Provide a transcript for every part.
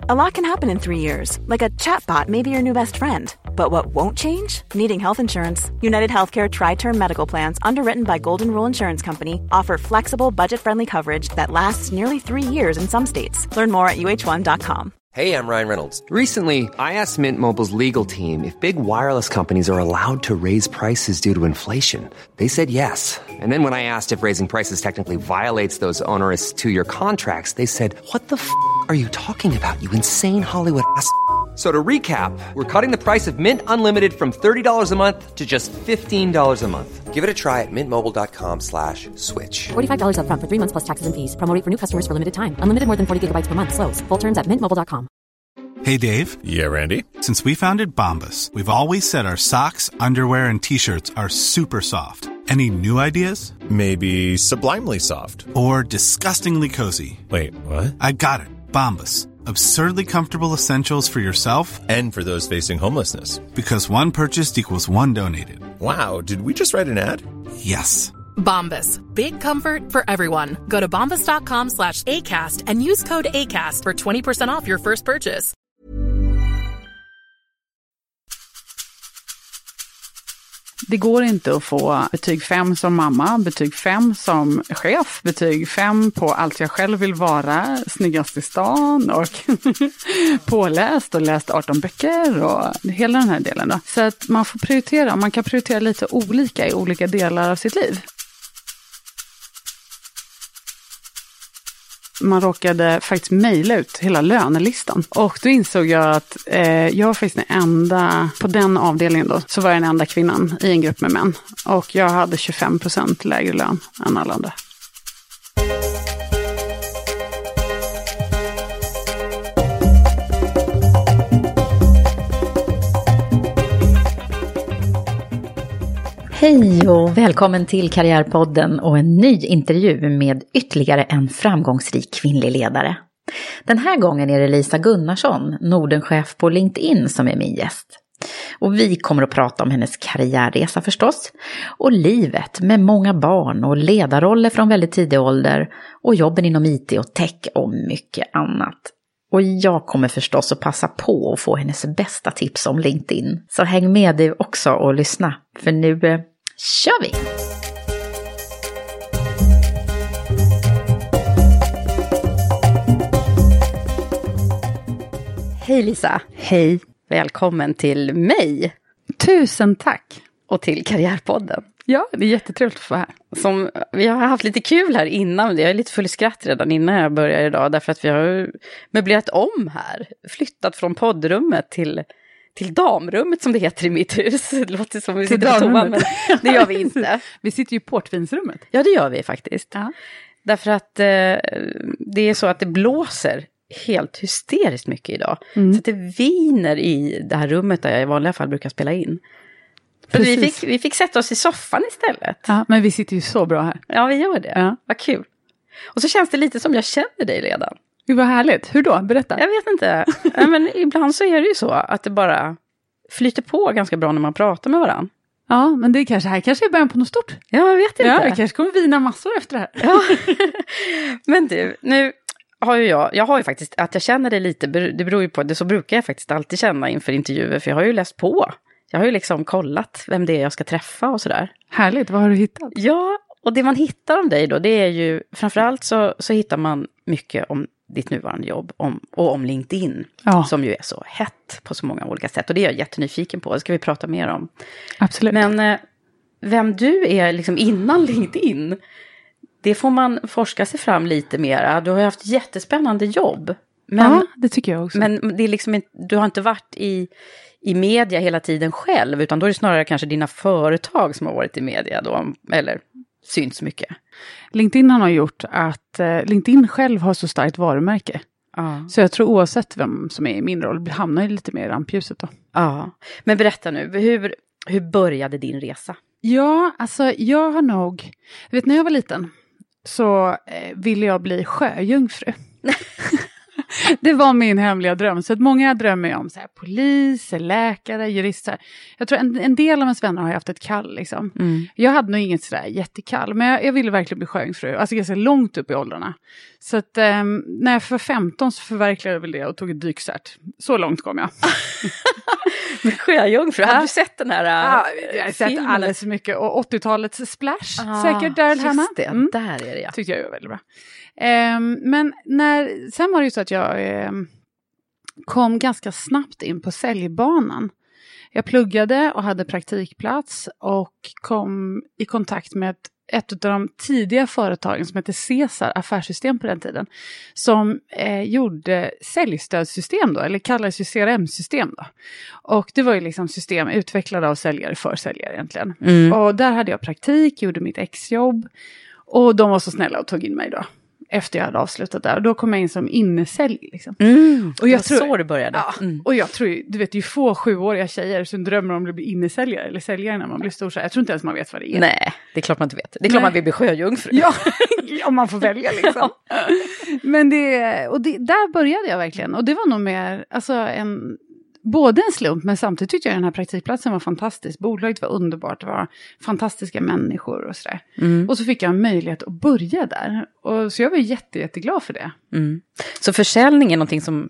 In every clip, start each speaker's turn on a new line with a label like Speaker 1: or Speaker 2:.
Speaker 1: A lot can happen in 3 years, like a chatbot may be your new best friend. But what won't change? Needing health insurance. United Healthcare Tri-Term Medical Plans, underwritten by Golden Rule Insurance Company, offer flexible, budget-friendly coverage that lasts nearly 3 years in some states. Learn more at uh1.com.
Speaker 2: Hey, I'm Ryan Reynolds. Recently, I asked Mint Mobile's legal team if big wireless companies are allowed to raise prices due to inflation. They said yes. And then when I asked if raising prices technically violates those onerous 2-year contracts, they said, "What the f*** are you talking about, you insane Hollywood ass?" So to recap, we're cutting the price of Mint Unlimited from $30 a month to just $15 a month. Give it a try at mintmobile.com/switch.
Speaker 3: $45 up front for 3 months plus taxes and fees. Promo rate for new customers for limited time. Unlimited more than 40 gigabytes per month. Slows full terms at mintmobile.com.
Speaker 4: Hey, Dave.
Speaker 5: Yeah, Randy.
Speaker 4: Since we founded Bombas, we've always said our socks, underwear, and T-shirts are super soft. Any new ideas?
Speaker 5: Maybe sublimely soft.
Speaker 4: Or disgustingly cozy.
Speaker 5: Wait, what?
Speaker 4: I got it. Bombas. Absurdly comfortable essentials for yourself
Speaker 5: And for those facing homelessness.
Speaker 4: Because one purchased equals one donated.
Speaker 5: Wow, did we just write an ad?
Speaker 4: Yes.
Speaker 6: Bombas. Big comfort for everyone. Go to bombas.com/ACAST and use code ACAST for 20% off your first purchase.
Speaker 7: Det går inte att få betyg 5 som mamma, betyg 5 som chef, betyg 5 på allt jag själv vill vara, snyggast i stan och påläst och läst 18 böcker och hela den här delen då. Så att man får prioritera, man kan prioritera lite olika i olika delar av sitt liv. Man råkade faktiskt mejla ut hela lönelistan. Och då insåg jag att jag var faktiskt den enda, på den avdelningen då, så var jag den enda kvinnan i en grupp med män. Och jag hade 25% lägre lön än alla andra.
Speaker 8: Hej och välkommen till Karriärpodden och en ny intervju med ytterligare en framgångsrik kvinnlig ledare. Den här gången är det Lisa Gunnarsson, Nordenchef på LinkedIn, som är min gäst. Och vi kommer att prata om hennes karriärresa förstås, och livet med många barn och ledarroller från väldigt tidig ålder och jobben inom IT och tech och mycket annat. Och jag kommer förstås att passa på att få hennes bästa tips om LinkedIn. Så häng med dig också och lyssna, för nu kör vi! Hej Lisa!
Speaker 7: Hej!
Speaker 8: Välkommen till mig!
Speaker 7: Tusen tack!
Speaker 8: Och till Karriärpodden.
Speaker 7: Ja, det är jättetrevligt att få här.
Speaker 8: Vi har haft lite kul här innan. Jag är lite full i skratt redan innan jag börjar idag. Därför att vi har möblerat om här. Flyttat från poddrummet till damrummet, som det heter i mitt hus. Det låter som vi sitter på toan, men det gör vi inte.
Speaker 7: Vi sitter ju i portvinsrummet.
Speaker 8: Ja, det gör vi faktiskt.
Speaker 7: Ja.
Speaker 8: Därför att det är så att det blåser helt hysteriskt mycket idag. Så att det viner i det här rummet där jag i vanliga fall brukar spela in. Så vi fick sätta oss i soffan istället.
Speaker 7: Ja, men vi sitter ju så bra här.
Speaker 8: Ja, vi gör det.
Speaker 7: Ja.
Speaker 8: Vad kul. Och så känns det lite som jag känner dig redan.
Speaker 7: Gud, vad härligt. Hur då? Berätta.
Speaker 8: Jag vet inte. Ja, men ibland så är det ju så att det bara flyter på ganska bra när man pratar med varandra.
Speaker 7: Ja, men det kanske är början på något stort.
Speaker 8: Ja, jag vet inte.
Speaker 7: Ja, vi kanske kommer vina massor efter det här.
Speaker 8: Ja. Men du, nu har ju jag har ju faktiskt, att jag känner det lite, det beror ju på, det så brukar jag faktiskt alltid känna inför intervjuer, för jag har ju läst på. Jag har ju liksom kollat vem det är jag ska träffa och sådär.
Speaker 7: Härligt, vad har du hittat?
Speaker 8: Ja, och det man hittar om dig då, det är ju, framförallt så hittar man mycket om ditt nuvarande jobb och om LinkedIn, som ju är så hett på så många olika sätt. Och det är jag jättenyfiken på, det ska vi prata mer om.
Speaker 7: Absolut.
Speaker 8: Men vem du är liksom innan LinkedIn, det får man forska sig fram lite mer. Du har ju haft jättespännande jobb. Men,
Speaker 7: ja, det tycker jag också.
Speaker 8: Men det är liksom inte, du har inte varit i media hela tiden själv, utan då är det snarare kanske dina företag som har varit i media då, eller syns mycket.
Speaker 7: LinkedIn har gjort att LinkedIn själv har så starkt varumärke. Så jag tror oavsett vem som är i min roll hamnar ju lite mer i rampljuset då.
Speaker 8: Ja, men berätta nu, hur började din resa?
Speaker 7: Ja, alltså jag har nog, när jag var liten så ville jag bli sjöjungfru. Det var min hemliga dröm. Så att många drömmer om så här, polis, läkare, jurister. Jag tror en del av ens vänner har haft ett kall. Liksom. Jag hade nog inget sådär jättekall. Men jag ville verkligen bli sjöjungfru. Alltså ganska långt upp i åldrarna. Så att när jag var 15 så förverkligade jag väl det och tog ett dykcert. Så långt kom jag.
Speaker 8: Men sjöjungfru, har du sett den här
Speaker 7: jag har sett alldeles för mycket. Och 80-talets Splash, säkert Daryl Hannah.
Speaker 8: Just det, där är det ja.
Speaker 7: Tyckte jag var väldigt bra. Men sen var det ju så att jag kom ganska snabbt in på säljbanan. Jag pluggade och hade praktikplats och kom i kontakt med ett av de tidiga företagen som heter Cesar affärssystem på den tiden. Som gjorde säljstödssystem då, eller kallades ju CRM-system då. Och det var ju liksom system utvecklade av säljare för säljare egentligen. Och där hade jag praktik, gjorde mitt exjobb. Och de var så snälla och tog in mig då. Efter jag hade avslutat där. Och då kom jag in som innesälj. Liksom.
Speaker 8: Och jag tror så det började.
Speaker 7: Ja, och jag tror ju, du vet ju få 7-åriga tjejer som drömmer om att bli innesäljare. Eller säljare när man blir stor. Jag tror inte ens man vet vad det är.
Speaker 8: Nej, det är klart man inte vet. Det är klart man vill bli sjöjungfru.
Speaker 7: Ja, om man får välja liksom. Men där började jag verkligen. Och det var nog mer, alltså både en slump, men samtidigt tyckte jag den här praktikplatsen var fantastisk. Bolaget var underbart, det var fantastiska människor och sådär. Och så fick jag en möjlighet att börja där. Och så jag var jätteglad för det.
Speaker 8: Så försäljning är någonting som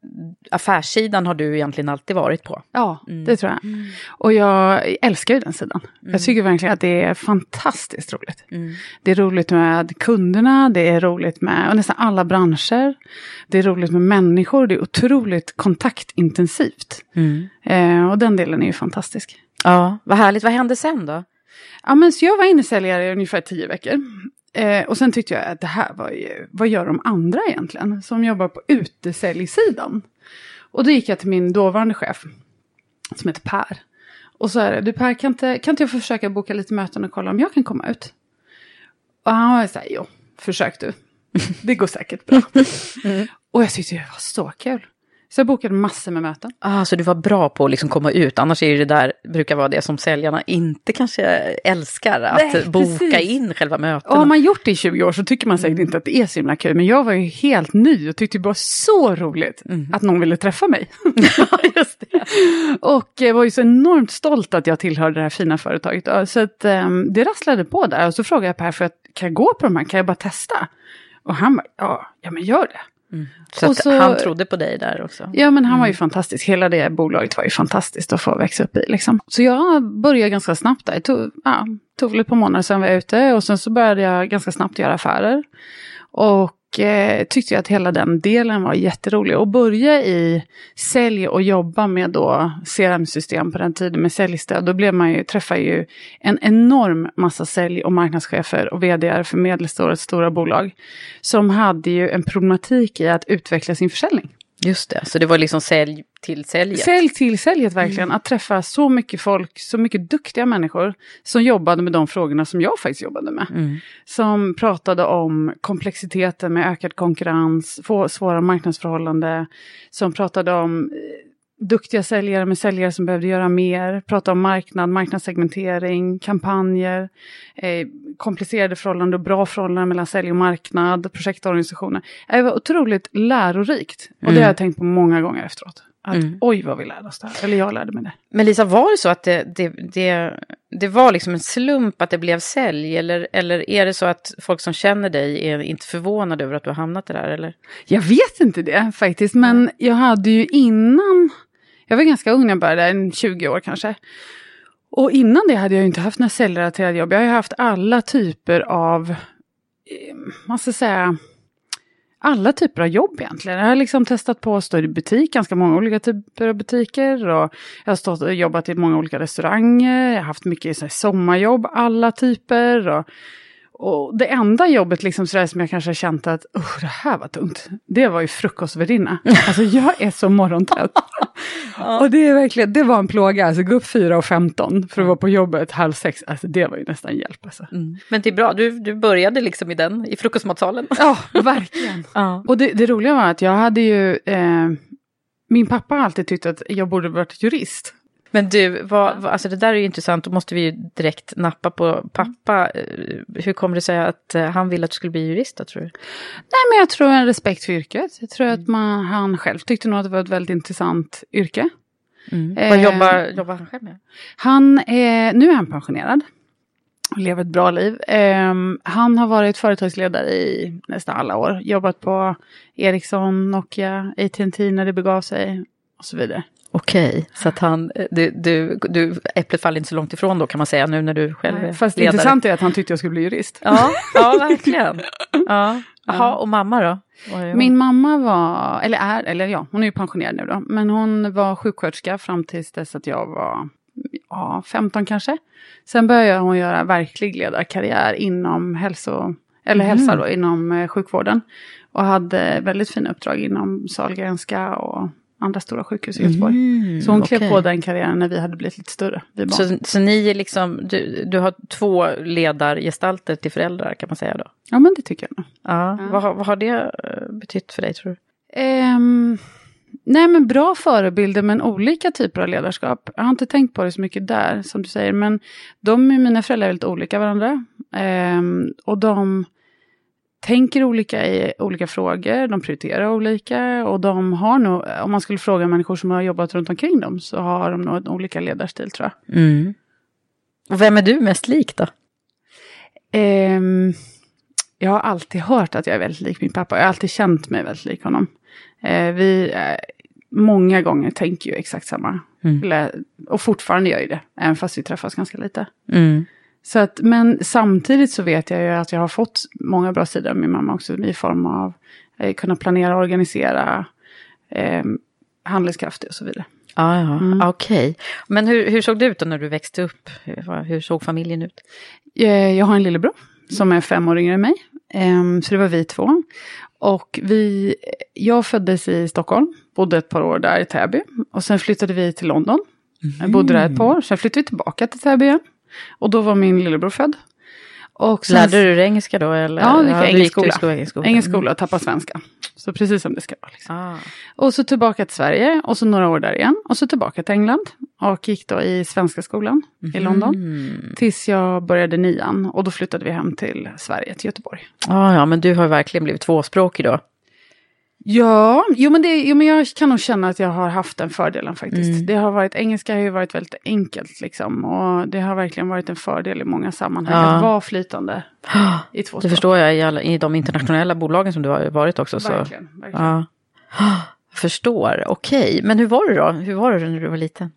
Speaker 8: affärssidan har du egentligen alltid varit på?
Speaker 7: Ja, det tror jag. Och jag älskar ju den sidan. Jag tycker verkligen att det är fantastiskt roligt. Det är roligt med kunderna, det är roligt med nästan alla branscher. Det är roligt med människor, det är otroligt kontaktintensivt. Och den delen är ju fantastisk.
Speaker 8: Ja, vad härligt. Vad hände sen då?
Speaker 7: Ja, men så jag var innesäljare i ungefär 10 veckor. Och sen tyckte jag att det här var ju, vad gör de andra egentligen som jobbar på utesäljsidan? Och då gick jag till min dåvarande chef som heter Per. Och så är det, Per, kan inte jag försöka boka lite möten och kolla om jag kan komma ut? Och han var så här, jo, försök du. Det går säkert bra. Och jag tyckte det var så kul. Så jag bokade massor med möten.
Speaker 8: Så du var bra på att liksom komma ut. Annars är det där, brukar vara det som säljarna inte kanske älskar. Att boka in själva möten.
Speaker 7: Och har man gjort det i 20 år så tycker man säkert inte att det är så himla kul. Men jag var ju helt ny och tyckte det var så roligt att någon ville träffa mig.
Speaker 8: Ja, just det.
Speaker 7: Och jag var ju så enormt stolt att jag tillhörde det här fina företaget. Så att det rasslade på där. Och så frågade jag Per, kan jag gå på de här? Kan jag bara testa? Och han bara, ja men gör det.
Speaker 8: Så han trodde på dig där också.
Speaker 7: Ja, men han var ju fantastisk. Hela det bolaget var ju fantastiskt att få växa upp i. Liksom. Så jag började ganska snabbt där. Det tog väl ett par månader sedan var jag ute. Och sen så började jag ganska snabbt göra affärer. Och tyckte jag att hela den delen var jätterolig. Och börja i sälj och jobba med då CRM-system på den tiden med säljstöd. Då träffade ju en enorm massa sälj- och marknadschefer och vd:ar för medelstora stora bolag. Som hade ju en problematik i att utveckla sin försäljning.
Speaker 8: Just det, så det var liksom sälj till säljet.
Speaker 7: Sälj till säljet verkligen. Att träffa så mycket folk, så mycket duktiga människor som jobbade med de frågorna som jag faktiskt jobbade med. Som pratade om komplexiteten med ökad konkurrens, svåra marknadsförhållanden. Som pratade om duktiga säljare med säljare som behövde göra mer. Prata om marknadssegmentering, kampanjer, komplicerade förhållanden och bra förhållanden mellan sälj och marknad, projektorganisationer. Det var otroligt lärorikt. Och det har jag tänkt på många gånger efteråt. Att oj vad vi lärde oss där. Eller jag lärde mig det.
Speaker 8: Men Lisa, var det så att det var liksom en slump att det blev sälj? Eller är det så att folk som känner dig är inte förvånade över att du har hamnat där? Eller?
Speaker 7: Jag vet inte det faktiskt. Men jag hade ju innan... Jag var ganska ung när jag började, 20 år kanske. Och innan det hade jag ju inte haft några säljrelaterade jobb. Jag har ju haft alla typer av... Man ska säga... Alla typer av jobb egentligen. Jag har liksom testat på att stå i butik, ganska många olika typer av butiker. Och jag har stått och jobbat i många olika restauranger. Jag har haft mycket så här sommarjobb, alla typer. Och det enda jobbet liksom sådär som jag kanske har känt att det här var tungt. Det var ju frukostvärdinna. Alltså jag är så morgontrött. Och det är verkligen, det var en plåga. Alltså gå upp 4:15 för att vara på jobbet 5:30. Alltså det var ju nästan hjälp alltså.
Speaker 8: Men det är bra, du började liksom i frukostmatsalen.
Speaker 7: Ja, verkligen. Och det roliga var att jag hade ju, min pappa har alltid tyckt att jag borde varit jurist.
Speaker 9: Men du, alltså det där är ju intressant. Då måste vi ju direkt nappa på pappa. Hur kommer det sig att han ville att du skulle bli jurist då, tror du?
Speaker 7: Nej, men jag tror en respekt för yrket. Jag tror att han själv tyckte nog att det var ett väldigt intressant yrke.
Speaker 9: Vad jobbar han själv med?
Speaker 7: Nu är han pensionerad. Och lever ett bra liv. Han har varit företagsledare i nästan alla år. Jobbat på Ericsson, Nokia, AT&T när det begav sig och så vidare.
Speaker 9: Okej, så att du äpplet faller inte så långt ifrån då kan man säga nu när du själv är
Speaker 7: fast
Speaker 9: ledare.
Speaker 7: Intressant är att han tyckte jag skulle bli jurist.
Speaker 9: Ja verkligen. Ja. Jaha, och mamma då?
Speaker 7: Min mamma var, hon är ju pensionerad nu då. Men hon var sjuksköterska fram tills dess att jag var 15 kanske. Sen började hon göra verklig ledarkarriär inom hälsa då, inom sjukvården. Och hade väldigt fina uppdrag inom Sahlgrenska och andra stora sjukhus i Göteborg. Så hon klev på den karriären när vi hade blivit lite större.
Speaker 9: Så ni är liksom, du har 2 ledargestalter till föräldrar kan man säga då?
Speaker 7: Ja, men det tycker jag nog.
Speaker 9: Ja. Vad har det betytt för dig, tror du?
Speaker 7: Nej, men bra förebilder men olika typer av ledarskap. Jag har inte tänkt på det så mycket där som du säger. Men mina föräldrar är väldigt olika varandra. Och de tänker olika i olika frågor. De prioriterar olika. Och de har nog, om man skulle fråga människor som har jobbat runt omkring dem, så har de nog en olika ledarstil, tror jag.
Speaker 9: Och vem är du mest lik då?
Speaker 7: Jag har alltid hört att jag är väldigt lik min pappa. Jag har alltid känt mig väldigt lik honom. Vi många gånger tänker ju exakt samma. Och fortfarande gör ju det. Även fast vi träffas ganska lite. Så att, men samtidigt så vet jag ju att jag har fått många bra sidor av min mamma också. I form av kunna planera och organisera, handlingskraftig och så vidare.
Speaker 9: Okej. Men hur såg det ut då när du växte upp? Hur såg familjen ut?
Speaker 7: Jag har en lillebror som är 5 år yngre än mig. Så det var vi 2. Och jag föddes i Stockholm. Bodde ett par år där i Täby. Och sen flyttade vi till London. Jag bodde där ett par år. Sen flyttade vi tillbaka till Täby igen. Och då var min lillebror född. Och sen,
Speaker 9: lärde du dig engelska då? Eller?
Speaker 7: Ja, det gick engelsk skola och tappa svenska. Så precis som det ska vara. Liksom. Och så tillbaka till Sverige. Och så några år där igen. Och så tillbaka till England. Och gick då i svenska skolan i London. Tills jag började 9:an. Och då flyttade vi hem till Sverige, till Göteborg.
Speaker 9: Ja, men du har verkligen blivit tvåspråkig då.
Speaker 7: Ja, men jag kan nog känna att jag har haft den fördelen faktiskt. Engelska har ju varit väldigt enkelt liksom. Och det har verkligen varit en fördel i många sammanhang att vara flytande i 2 språk.
Speaker 9: Det förstår jag i de internationella bolagen som du har varit också.
Speaker 7: Verkligen.
Speaker 9: Ja. Jag förstår, okej. Men hur var det då? Hur var det när du var liten?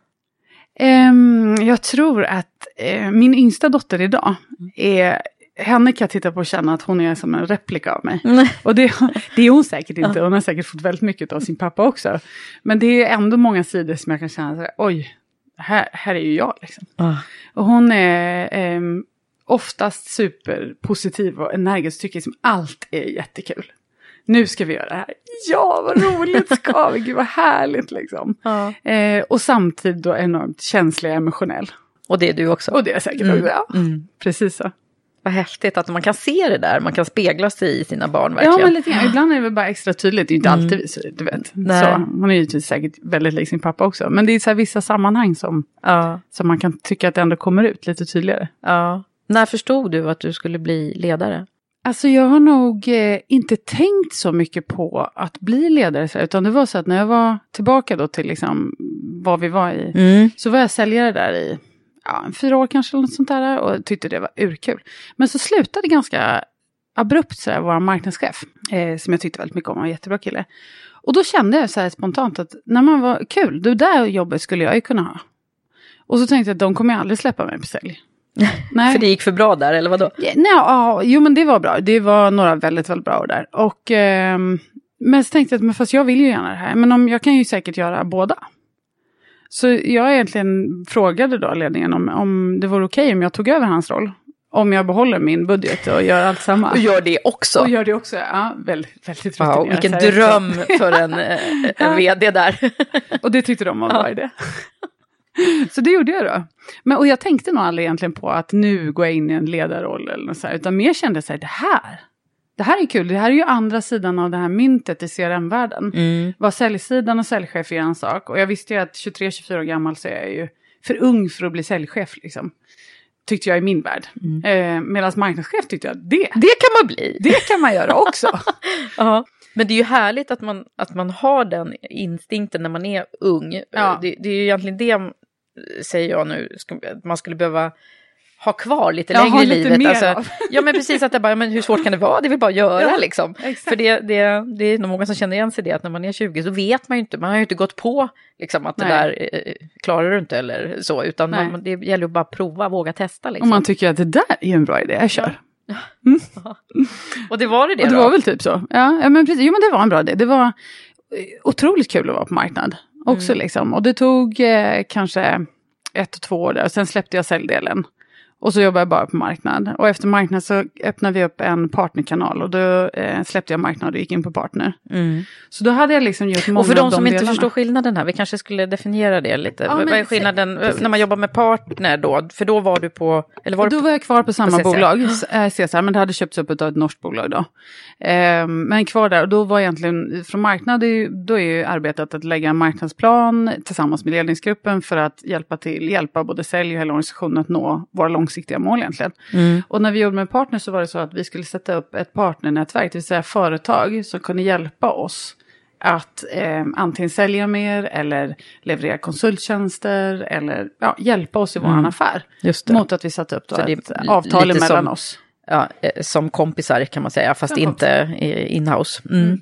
Speaker 7: Jag tror att min yngsta dotter idag henne kan jag titta på och känna att hon är som en replika av mig. Och det är hon säkert inte. Hon har säkert fått väldigt mycket av sin pappa också. Men det är ändå många sidor som jag kan känna så här, oj, här är ju jag liksom. Och hon är oftast superpositiv och energisk, tycker som allt är jättekul. Nu ska vi göra det här. Ja, vad roligt ska vi. Gud, vad härligt liksom. Och samtidigt då enormt känslig och emotionell.
Speaker 9: Och det är du också.
Speaker 7: Och det är säkert också, ja. Precis så.
Speaker 9: Vad häftigt att man kan se det där. Man kan spegla sig i sina barn verkligen.
Speaker 7: Ja, men lite grann. Ibland är det väl bara extra tydligt. Det är ju inte alltid så, du vet. Så, hon är ju säkert väldigt lik sin pappa också. Men det är så här vissa sammanhang som man kan tycka att det ändå kommer ut lite tydligare.
Speaker 9: Ja. När förstod du att du skulle bli ledare?
Speaker 7: Alltså jag har nog inte tänkt så mycket på att bli ledare. Utan det var så att när jag var tillbaka då till liksom vad vi var i. Så var jag säljare där i 4 år kanske eller något sånt där. Och tyckte det var urkul. Men så slutade ganska abrupt så här, vår marknadschef. Som jag tyckte väldigt mycket om. Han var en jättebra kille. Och då kände jag så här spontant att när man var kul. Det där jobbet skulle jag ju kunna ha. Och så tänkte jag att de kommer aldrig släppa mig på sälj. Nej.
Speaker 9: För det gick för bra där, eller vadå?
Speaker 7: Jo, men det var bra. Det var några väldigt, väldigt bra år där. Och, men så tänkte jag att fast jag vill ju gärna det här. Men jag kan ju säkert göra båda. Så jag egentligen frågade då ledningen om det vore okej om jag tog över hans roll. Om jag behåller min budget och gör allt samma.
Speaker 9: Och gör det också.
Speaker 7: Ja. Väldigt, väldigt
Speaker 9: wow, vilken dröm för en vd där.
Speaker 7: Och det tyckte de var en bra idé. Så det gjorde jag då. Och jag tänkte nog aldrig egentligen på att nu går jag in i en ledarroll eller något så här. Utan mer kände jag så här, det här är kul. Det här är ju andra sidan av det här myntet i CRM-världen. Var säljsidan och säljchef är en sak. Och jag visste ju att 23-24 år gammal så är jag ju för ung för att bli säljchef liksom. Tyckte jag i min värld. Medan marknadschef tyckte jag det
Speaker 9: kan man bli.
Speaker 7: Det kan man göra också.
Speaker 9: Ja. Men det är ju härligt att man har den instinkten när man är ung.
Speaker 7: Ja.
Speaker 9: Det är ju egentligen det, säger jag nu, man skulle behöva ha kvar lite längre i livet. Alltså, ja, men precis, att det bara, men hur svårt kan det vara? Det vill bara göra liksom. Exakt. För det är nog många som känner igen sig det, att när man är 20 så vet man ju inte, man har ju inte gått på liksom, att det där klarar du inte eller så, utan det gäller att bara prova, våga testa liksom.
Speaker 7: Och man tycker att det där är en bra idé, jag kör.
Speaker 9: Och det var det
Speaker 7: och det var väl typ så. Ja, men precis. Jo, men det var en bra idé. Det var otroligt kul att vara på marknad också liksom. Och det tog kanske 1-2 år där. Och sen släppte jag säljdelen. Och så jobbade jag bara på marknad. Och efter marknad så öppnade vi upp en partnerkanal. Och då släppte jag marknad och gick in på partner. Så då hade jag liksom gjort många av de delarna.
Speaker 9: Och för de som inte förstår skillnaden här, vi kanske skulle definiera det lite. Ja, vad är skillnaden när man jobbar med partner då? För då var du på... Eller var
Speaker 7: då var jag kvar på samma bolag, CSR, men det hade köpts upp av ett norskt bolag då. Men kvar där, och då var egentligen från marknad, då är ju arbetet att lägga en marknadsplan tillsammans med ledningsgruppen för att hjälpa både sälj och hela organisationen att nå våra långsiktiga mål egentligen. Och när vi jobbade med partner så var det så att vi skulle sätta upp ett partnernätverk, det vill säga företag som kunde hjälpa oss att antingen sälja mer eller leverera konsulttjänster eller hjälpa oss i vår affär. Just det. Mot att vi satte upp då ett avtal mellan oss.
Speaker 9: Ja, som kompisar kan man säga, fast inte inhouse.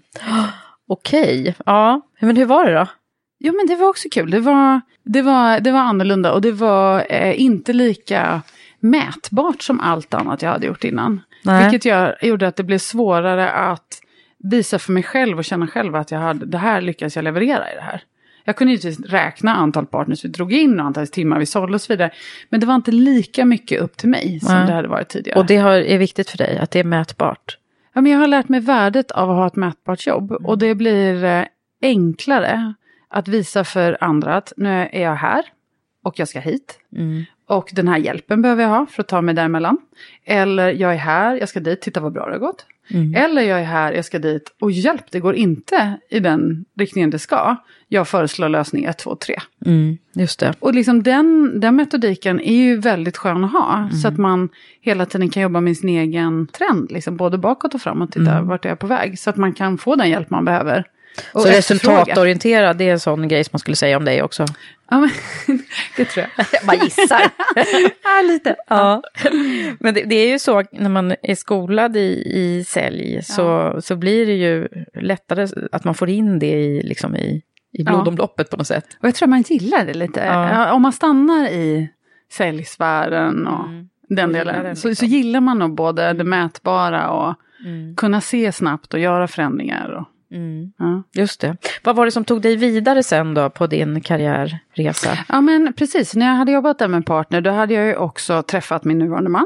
Speaker 9: Okej, ja. Men hur var det då?
Speaker 7: Jo, men det var också kul. Det var annorlunda och det var inte lika mätbart som allt annat jag hade gjort innan. Nej. Vilket gjorde att det blev svårare att visa för mig själv och känna själv att det här lyckas jag leverera i det här. Jag kunde givetvis räkna antal partners vi drog in och antal timmar vi sålde och så vidare. Men det var inte lika mycket upp till mig som det hade varit tidigare.
Speaker 9: Och det är viktigt för dig, att det är mätbart?
Speaker 7: Ja, men jag har lärt mig värdet av att ha ett mätbart jobb. Och det blir enklare att visa för andra att nu är jag här och jag ska hit. Och den här hjälpen behöver jag ha för att ta mig däremellan. Eller jag är här, jag ska dit, titta vad bra det har gått. Eller jag är här, jag ska dit och hjälp, det går inte i den riktningen det ska. Jag föreslår lösning 1, 2, 3.
Speaker 9: Just det.
Speaker 7: Och liksom den metodiken är ju väldigt skön att ha. Så att man hela tiden kan jobba med sin egen trend. Liksom både bakåt och framåt, titta vart jag är på väg. Så att man kan få den hjälp man behöver.
Speaker 9: Så resultatorienterad, det är en sån grej som man skulle säga om dig också?
Speaker 7: Ja, men det tror jag.
Speaker 9: Jag bara gissar.
Speaker 7: Ja, lite.
Speaker 9: Ja. Men det är ju så, när man är skolad i sälj så blir det ju lättare att man får in det i blodomloppet på något sätt.
Speaker 7: Och jag tror man gillar det lite. Ja, om man stannar i säljsfären och den delen så gillar man nog både det mätbara och kunna se snabbt och göra förändringar och
Speaker 9: Just det. Vad var det som tog dig vidare sen då på din karriärresa?
Speaker 7: Ja, men precis. När jag hade jobbat där med en partner, då hade jag ju också träffat min nuvarande man.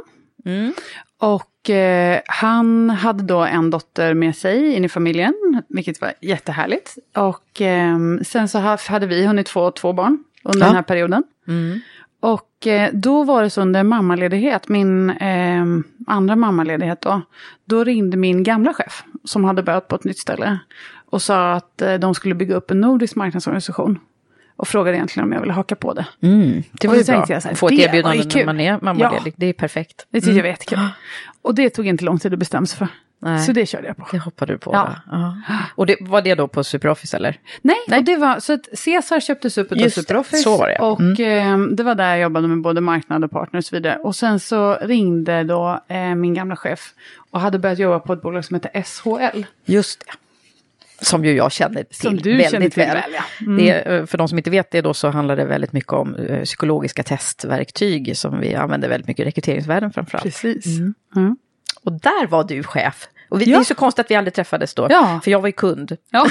Speaker 7: Och han hade då en dotter med sig in i familjen, vilket var jättehärligt. Och sen så hade vi hunnit få 2 barn under den här perioden. Och då var det så under mammaledighet, min andra mammaledighet då ringde min gamla chef som hade börjat på ett nytt ställe och sa att de skulle bygga upp en nordisk marknadsorganisation och frågade egentligen om jag ville haka på det.
Speaker 9: Det var ju bra
Speaker 7: att
Speaker 9: få ett erbjudande när man är mammaledig. Det är perfekt.
Speaker 7: Det tycker jag var jättekul. Och det tog inte lång tid att bestämma sig för. Nej. Så det körde jag på.
Speaker 9: Det hoppade du på. Ja. Och var det då på SuperOffice eller?
Speaker 7: Nej. Och det var så att CSR köptes upp av SuperOffice.
Speaker 9: Så var det.
Speaker 7: Och det var där jag jobbade med både marknad och partner och så vidare. Och sen så ringde då min gamla chef och hade börjat jobba på ett bolag som heter SHL.
Speaker 9: Just det. Som ju jag känner till
Speaker 7: som du
Speaker 9: väldigt
Speaker 7: känner till
Speaker 9: väl. Det, för de som inte vet det då, så handlar det väldigt mycket om psykologiska testverktyg som vi använder väldigt mycket i rekryteringsvärlden framförallt.
Speaker 7: Precis.
Speaker 9: Och där var du chef. Och det är så konstigt att vi aldrig träffades då. Ja. För jag var ju kund.
Speaker 7: Ja,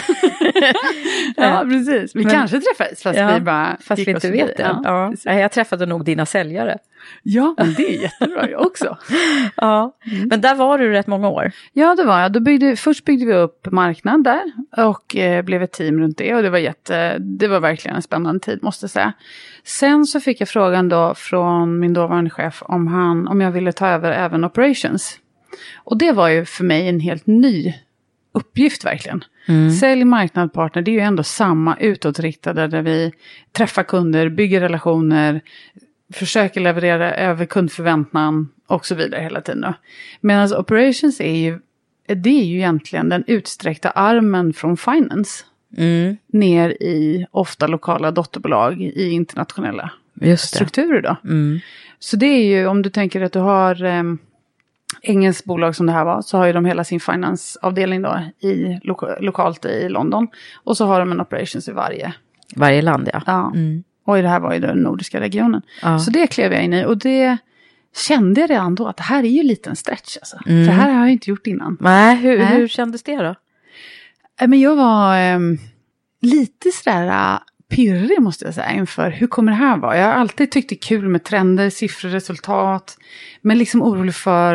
Speaker 7: precis. Vi kanske träffades fast vi bara
Speaker 9: fast vi inte vet det. Ja. Jag träffade nog dina säljare.
Speaker 7: Ja, men det är jättebra jag också.
Speaker 9: Men där var du rätt många år.
Speaker 7: Ja, det var jag. Först byggde vi upp marknad där och blev ett team runt det. Och det var verkligen en spännande tid, måste jag säga. Sen så fick jag frågan då från min dåvarande chef om jag ville ta över även operations. Och det var ju för mig en helt ny uppgift verkligen. Sälj, marknad, partner, det är ju ändå samma utåtriktade där vi träffar kunder, bygger relationer, försöker leverera över kundförväntan och så vidare hela tiden då. Medan operations är ju egentligen den utsträckta armen från finance ner i ofta lokala dotterbolag i internationella strukturer då. Så det är ju, om du tänker att du har engelskt bolag som det här var, så har ju de hela sin finance-avdelning då lokalt i London. Och så har de en operations i varje land, ja. Och i det här var ju den nordiska regionen. Så det klev jag in i, och det kände jag redan då att det här är ju lite en stretch alltså. För det här har jag inte gjort innan.
Speaker 9: Nej, hur kändes det då?
Speaker 7: Men jag var lite sådär pirrig måste jag säga inför hur kommer det här vara. Jag har alltid tyckt det är kul med trender, siffror, resultat. Men liksom orolig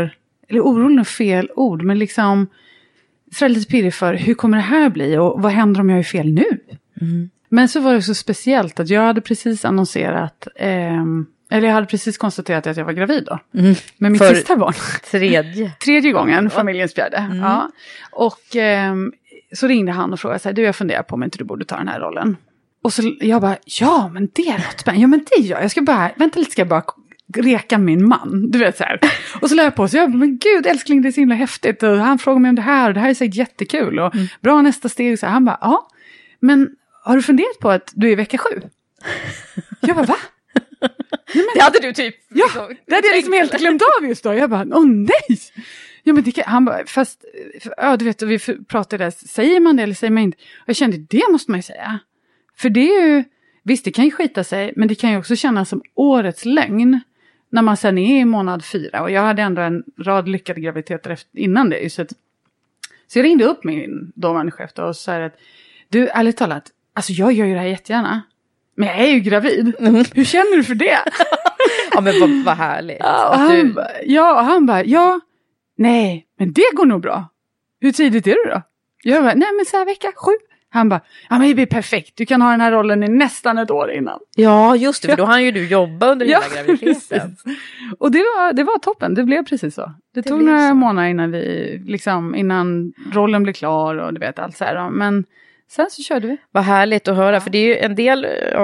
Speaker 7: är fel ord, men liksom så lite pirrig för hur kommer det här bli och vad händer om jag är fel nu? Men så var det så speciellt att jag hade precis annonserat, eller jag hade precis konstaterat att jag var gravid då. Med mitt sista barn. Tredje gången, familjens fjärde. Ja. Och så ringde han och frågade så här, du, jag funderar på om inte du borde ta den här rollen. Och så jag bara, ja men det är något spännande. Ja men det gör jag. Ska bara, vänta lite, ska jag bara reka min man. Du vet så här. Och så lär jag på sig, men gud älskling, det är så himla häftigt. Och han frågar mig om det här och det här är säkert jättekul. Och bra nästa steg. Så här. Han bara, ja. Men har du funderat på att du är i vecka 7? Jag bara, va? Nej, men,
Speaker 9: det hade du typ.
Speaker 7: Ja, det hade jag liksom helt glömt av just då. Jag bara, nej. Ja men det kan, han bara, fast, ja du vet, vi pratade där, säger man det eller säger man inte? Och jag kände, det måste man ju säga. För det är ju, visst det kan ju skita sig, men det kan ju också kännas som årets lögn. När man sen är i månad 4. Och jag hade ändå en rad lyckade graviditeter innan det. Så jag ringde upp min dåvarande chef då och sa att, du ärligt talat, alltså jag gör ju det här jättegärna. Men jag är ju gravid. Hur känner du för det?
Speaker 9: Ja men vad härligt.
Speaker 7: Ja, han bara, ja, nej, men det går nog bra. Hur tidigt är du då? Jag bara, nej men så här vecka 7. Han bara, ja men det blir perfekt. Du kan ha den här rollen i nästan ett år innan.
Speaker 9: Ja, just det, för då hann ju du jobba under hela graviditeten.
Speaker 7: Och det var toppen, det blev precis så. Det tog några månader innan innan rollen blev klar och du vet allt så här. Men sen så körde vi.
Speaker 9: Vad härligt att höra, för det är ju en del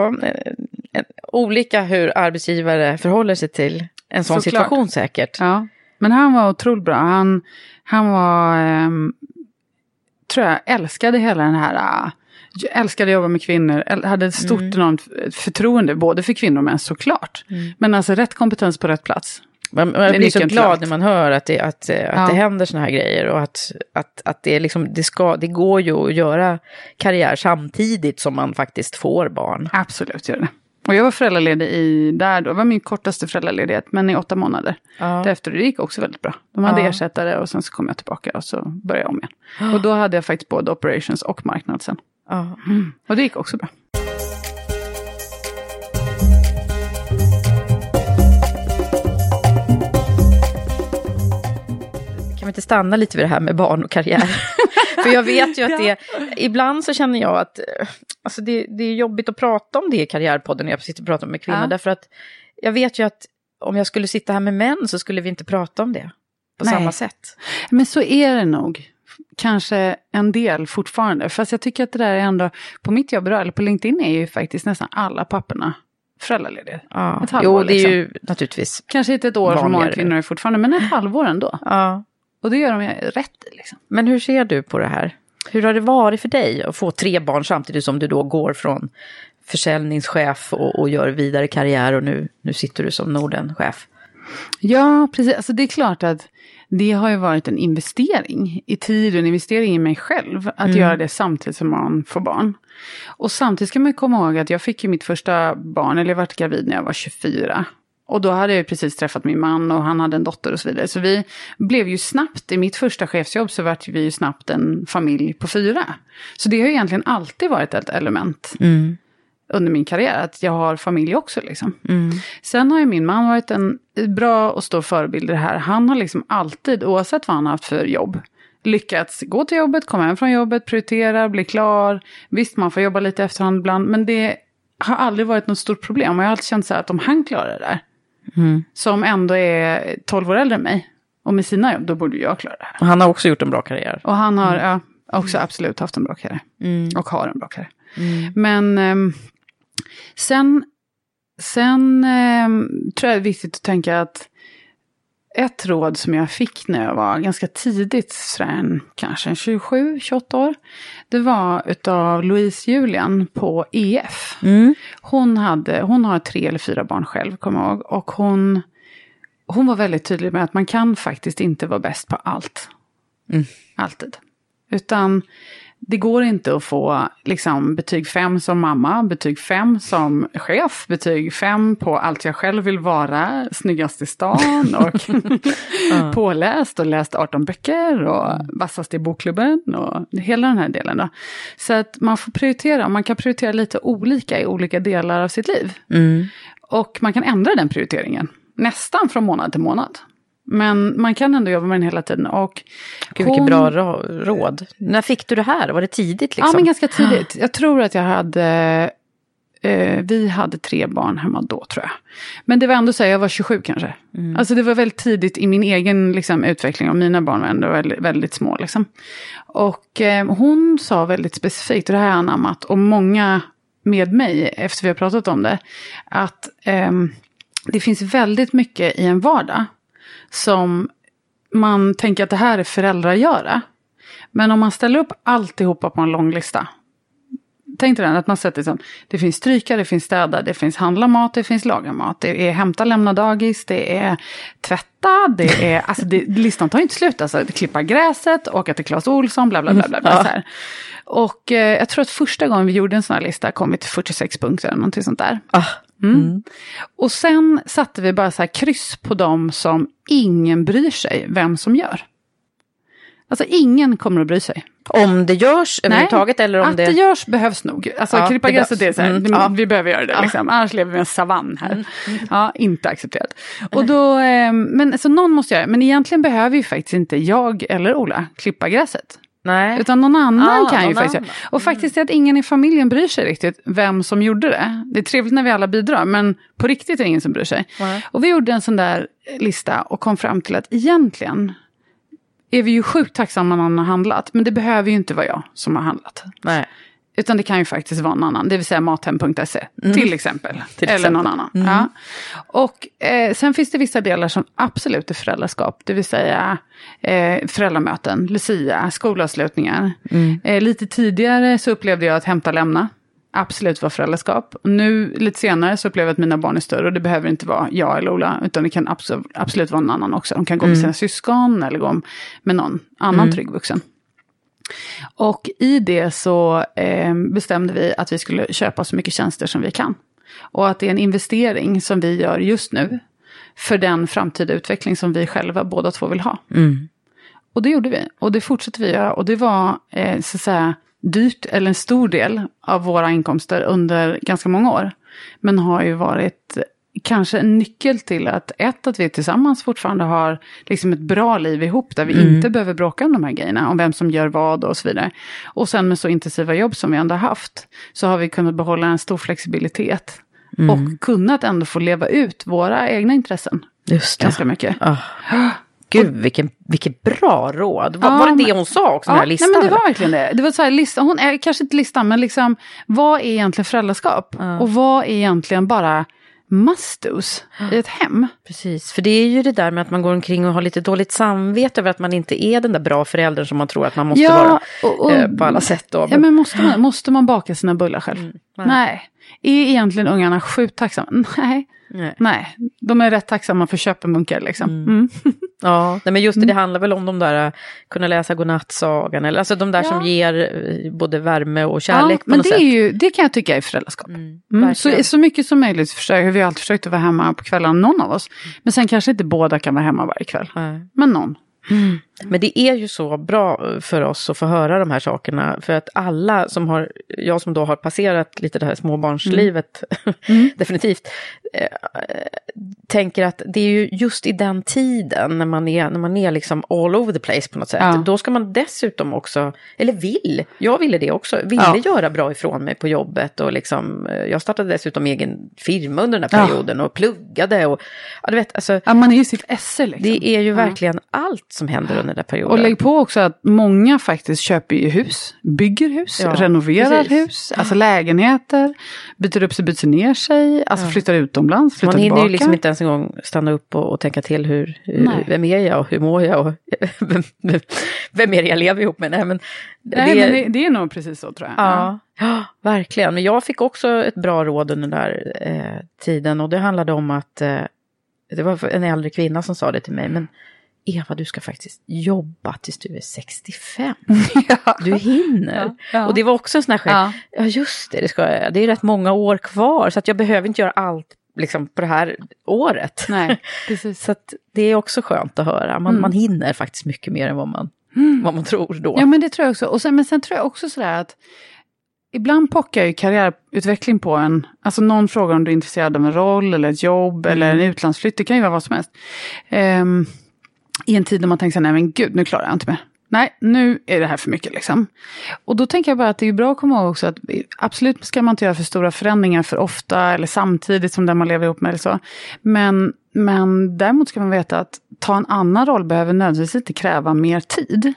Speaker 9: olika hur arbetsgivare förhåller sig till en sån situation säkert.
Speaker 7: Ja, men han var otroligt bra. Han var, tror jag, älskade hela den här, älskade att jobba med kvinnor, hade ett stort enormt förtroende både för kvinnor och män såklart. Men alltså rätt kompetens på rätt plats.
Speaker 9: Man blir så glad när man hör att det händer såna här grejer och att det är liksom, det går ju att göra karriär samtidigt som man faktiskt får barn.
Speaker 7: Absolut gör det. Och jag var föräldraledig det var min kortaste föräldraledighet, men i 8 månader. Därefter det gick också väldigt bra. De hade ersättare och sen så kom jag tillbaka och så började jag om igen. Och då hade jag faktiskt både operations och marknad sen. Och det gick också bra.
Speaker 9: Kan vi inte stanna lite vid det här med barn och karriär? För jag vet ju att ibland så känner jag att alltså det är jobbigt att prata om det i Karriärpodden när jag sitter och pratar med kvinnor. Därför att jag vet ju att om jag skulle sitta här med män så skulle vi inte prata om det på samma sätt. Men
Speaker 7: så är det nog. Kanske en del fortfarande. Fast jag tycker att det där är ändå, på mitt jobb eller på LinkedIn är ju faktiskt nästan alla papporna föräldralediga.
Speaker 9: Ett halvår, det är ju naturligtvis
Speaker 7: kanske inte ett år som många kvinnor är fortfarande, men ett halvår ändå. Och det gör de rätt i liksom.
Speaker 9: Men hur ser du på det här? Hur har det varit för dig att få 3 barn samtidigt som du då går från försäljningschef och gör vidare karriär och nu sitter du som Nordenchef?
Speaker 7: Ja, precis. Alltså det är klart att det har ju varit en investering i tid och en investering i mig själv att göra det samtidigt som man får barn. Och samtidigt ska man komma ihåg att jag fick ju mitt första barn, eller jag var gravid när jag var 24. Och då hade jag ju precis träffat min man och han hade en dotter och så vidare. Så vi blev ju snabbt, i mitt första chefsjobb så var vi ju snabbt en familj på 4. Så det har ju egentligen alltid varit ett element under min karriär, att jag har familj också liksom. Sen har ju min man varit en bra och stor förebild i det här. Han har liksom alltid, oavsett vad han har haft för jobb, lyckats gå till jobbet, komma hem från jobbet, prioritera, bli klar. Visst, man får jobba lite efterhand ibland, men det har aldrig varit något stort problem. Och jag har alltid känt så här att om han klarar det där, som ändå är 12 år äldre än mig, och med sina jobb, då borde jag klara det här.
Speaker 9: Och han har också gjort en bra karriär.
Speaker 7: Och han har, också absolut haft en bra karriär. Och har en bra karriär. Men sen tror jag det är viktigt att tänka att ett råd som jag fick när jag var ganska tidigt, kanske 27-28 år, det var utav Louise Julian på EF. Hon har 3 eller 4 barn själv, kommer jag ihåg. Och hon var väldigt tydlig med att man kan faktiskt inte vara bäst på allt. Alltid. Utan det går inte att få liksom, betyg 5 som mamma, betyg 5 som chef, betyg 5 på allt jag själv vill vara, snyggast i stan och påläst och läst 18 böcker och vassast i bokklubben och hela den här delen då. Så att man får prioritera, man kan prioritera lite olika i olika delar av sitt liv. Och man kan ändra den prioriteringen nästan från månad till månad. Men man kan ändå jobba med den hela tiden. Och
Speaker 9: gud, vilket bra råd. När fick du det här? Var det tidigt liksom?
Speaker 7: Ja, men ganska tidigt. Jag tror att jag hade... vi hade 3 barn hemma då, tror jag. Men det var ändå så här, jag var 27 kanske. Alltså det var väldigt tidigt i min egen liksom, utveckling. Och mina barn var ändå väldigt, väldigt små liksom. Och hon sa väldigt specifikt, och det här har anammat, och många med mig efter vi har pratat om det, att det finns väldigt mycket i en vardag som man tänker att det här är föräldragöra. Men om man ställer upp alltihopa på en lång lista. Tänk dig den, att man sätter som, det finns stryka, det finns städa, det finns handla mat, det finns laga mat. Det är hämta, lämna dagis, det är tvätta, det är, alltså listan tar inte slut. Alltså klippa gräset, åka till Clas Ohlson, bla bla bla bla, bla så här. Och jag tror att första gången vi gjorde en sån här lista kom vi till 46 punkter eller någonting sånt där. Och sen satte vi bara så här kryss på dem som ingen bryr sig vem som gör. Alltså ingen kommer att bry sig.
Speaker 9: Om det görs överhuvudtaget eller om
Speaker 7: att det görs behövs nog. Alltså klippa gräset, det är så här, vi behöver göra det liksom. Annars lever vi i en savann här. Ja, inte accepterat. Och då, men alltså någon måste göra det. Men egentligen behöver ju faktiskt inte jag eller Ola klippa gräset.
Speaker 9: Nej.
Speaker 7: Utan någon annan kan ju faktiskt göra. Och faktiskt är att ingen i familjen bryr sig riktigt vem som gjorde det. Det är trevligt när vi alla bidrar, men på riktigt är det ingen som bryr sig. Och vi gjorde en sån där lista och kom fram till att egentligen är vi ju sjukt tacksamma när någon har handlat. Men det behöver ju inte vara jag som har handlat. Nej. Utan det kan ju faktiskt vara någon annan. Det vill säga mathem.se till exempel. Eller någon annan. Ja. Och sen finns det vissa delar som absolut är föräldraskap. Det vill säga föräldramöten, Lucia, skolavslutningar. Lite tidigare så upplevde jag att hämta lämna. Absolut var föräldraskap. Nu lite senare så upplever jag att mina barn är större. Och det behöver inte vara jag eller Ola. Utan det kan absolut vara någon annan också. De kan gå med sina syskon eller gå med någon annan trygg vuxen. Och i det så bestämde vi att vi skulle köpa så mycket tjänster som vi kan. Och att det är en investering som vi gör just nu för den framtida utveckling som vi själva båda två vill ha. Och det gjorde vi. Och det fortsätter vi göra. Och det var så att säga dyrt eller en stor del av våra inkomster under ganska många år. Men har ju varit kanske en nyckel till att vi tillsammans fortfarande har liksom ett bra liv ihop där vi inte behöver bråka om de här grejerna, om vem som gör vad och så vidare. Och sen med så intensiva jobb som vi ändå haft så har vi kunnat behålla en stor flexibilitet och kunnat ändå få leva ut våra egna intressen. Just det. Ganska mycket.
Speaker 9: Gud, vilket bra råd. Var det hon sa också, den här listan?
Speaker 7: Nej, men det var verkligen det. Det var så här, listan, hon är kanske inte listan, men liksom, vad är egentligen föräldraskap? Och vad är egentligen bara must-dos i ett hem?
Speaker 9: Precis, för det är ju det där med att man går omkring och har lite dåligt samvete över att man inte är den där bra föräldern som man tror att man måste vara på alla sätt. Då.
Speaker 7: Ja, men måste man baka sina bullar själv? Nej. Är egentligen ungarna sjukt tacksamma? Nej. De är rätt tacksamma för köpemunkar liksom.
Speaker 9: Ja, men just det handlar väl om de där kunna läsa godnattsagan eller alltså de där som ger både värme och kärlek på något sätt. Men
Speaker 7: det kan jag tycka är föräldraskap. Så mycket som möjligt vi har alltid försökt att vara hemma på kvällarna, någon av oss. Men sen kanske inte båda kan vara hemma varje kväll. Men någon.
Speaker 9: Men det är ju så bra för oss att få höra de här sakerna. För att alla jag som då har passerat lite det här småbarnslivet, definitivt, tänker att det är ju just i den tiden när man är liksom all over the place på något sätt. Då ska man dessutom också, eller jag ville det också, göra bra ifrån mig på jobbet och liksom, jag startade dessutom egen firma under den här perioden och pluggade och du vet, alltså. Ja,
Speaker 7: man är ju sitt esse liksom.
Speaker 9: Det är ju verkligen allt som händer under den här perioden.
Speaker 7: Och lägg på också att många faktiskt köper ju hus, bygger hus, renoverar hus, alltså lägenheter, byter upp sig, byter ner sig, alltså flyttar utomlands, flyttar tillbaka.
Speaker 9: Man hinner ju liksom inte ens en gång stanna upp och tänka till vem är jag och hur mår jag och vem är det jag lever ihop med. Men
Speaker 7: det är nog precis så, tror jag.
Speaker 9: Ja, verkligen. Men jag fick också ett bra råd under den där tiden och det handlade om att det var en äldre kvinna som sa det till mig, men Eva, du ska faktiskt jobba tills du är 65. Du hinner. Och det var också en sån här skäl. Ja, just det, det är rätt många år kvar så att jag behöver inte göra allt liksom på det här året.
Speaker 7: Nej, precis.
Speaker 9: Så att det är också skönt att höra. Man hinner faktiskt mycket mer än vad man tror då.
Speaker 7: Ja, men det tror jag också. Men sen tror jag också sådär att ibland pockar ju karriärutveckling på en. Alltså någon frågar om du är intresserad av en roll eller ett jobb eller en utlandsflytt. Det kan ju vara vad som helst. I en tid när man tänker så här, nej men gud, nu klarar jag inte mer. Nej, nu är det här för mycket liksom. Och då tänker jag bara att det är bra att komma ihåg också att absolut ska man inte göra för stora förändringar för ofta eller samtidigt som den man lever ihop med eller så. Men däremot ska man veta att ta en annan roll behöver nödvändigtvis inte kräva mer tid.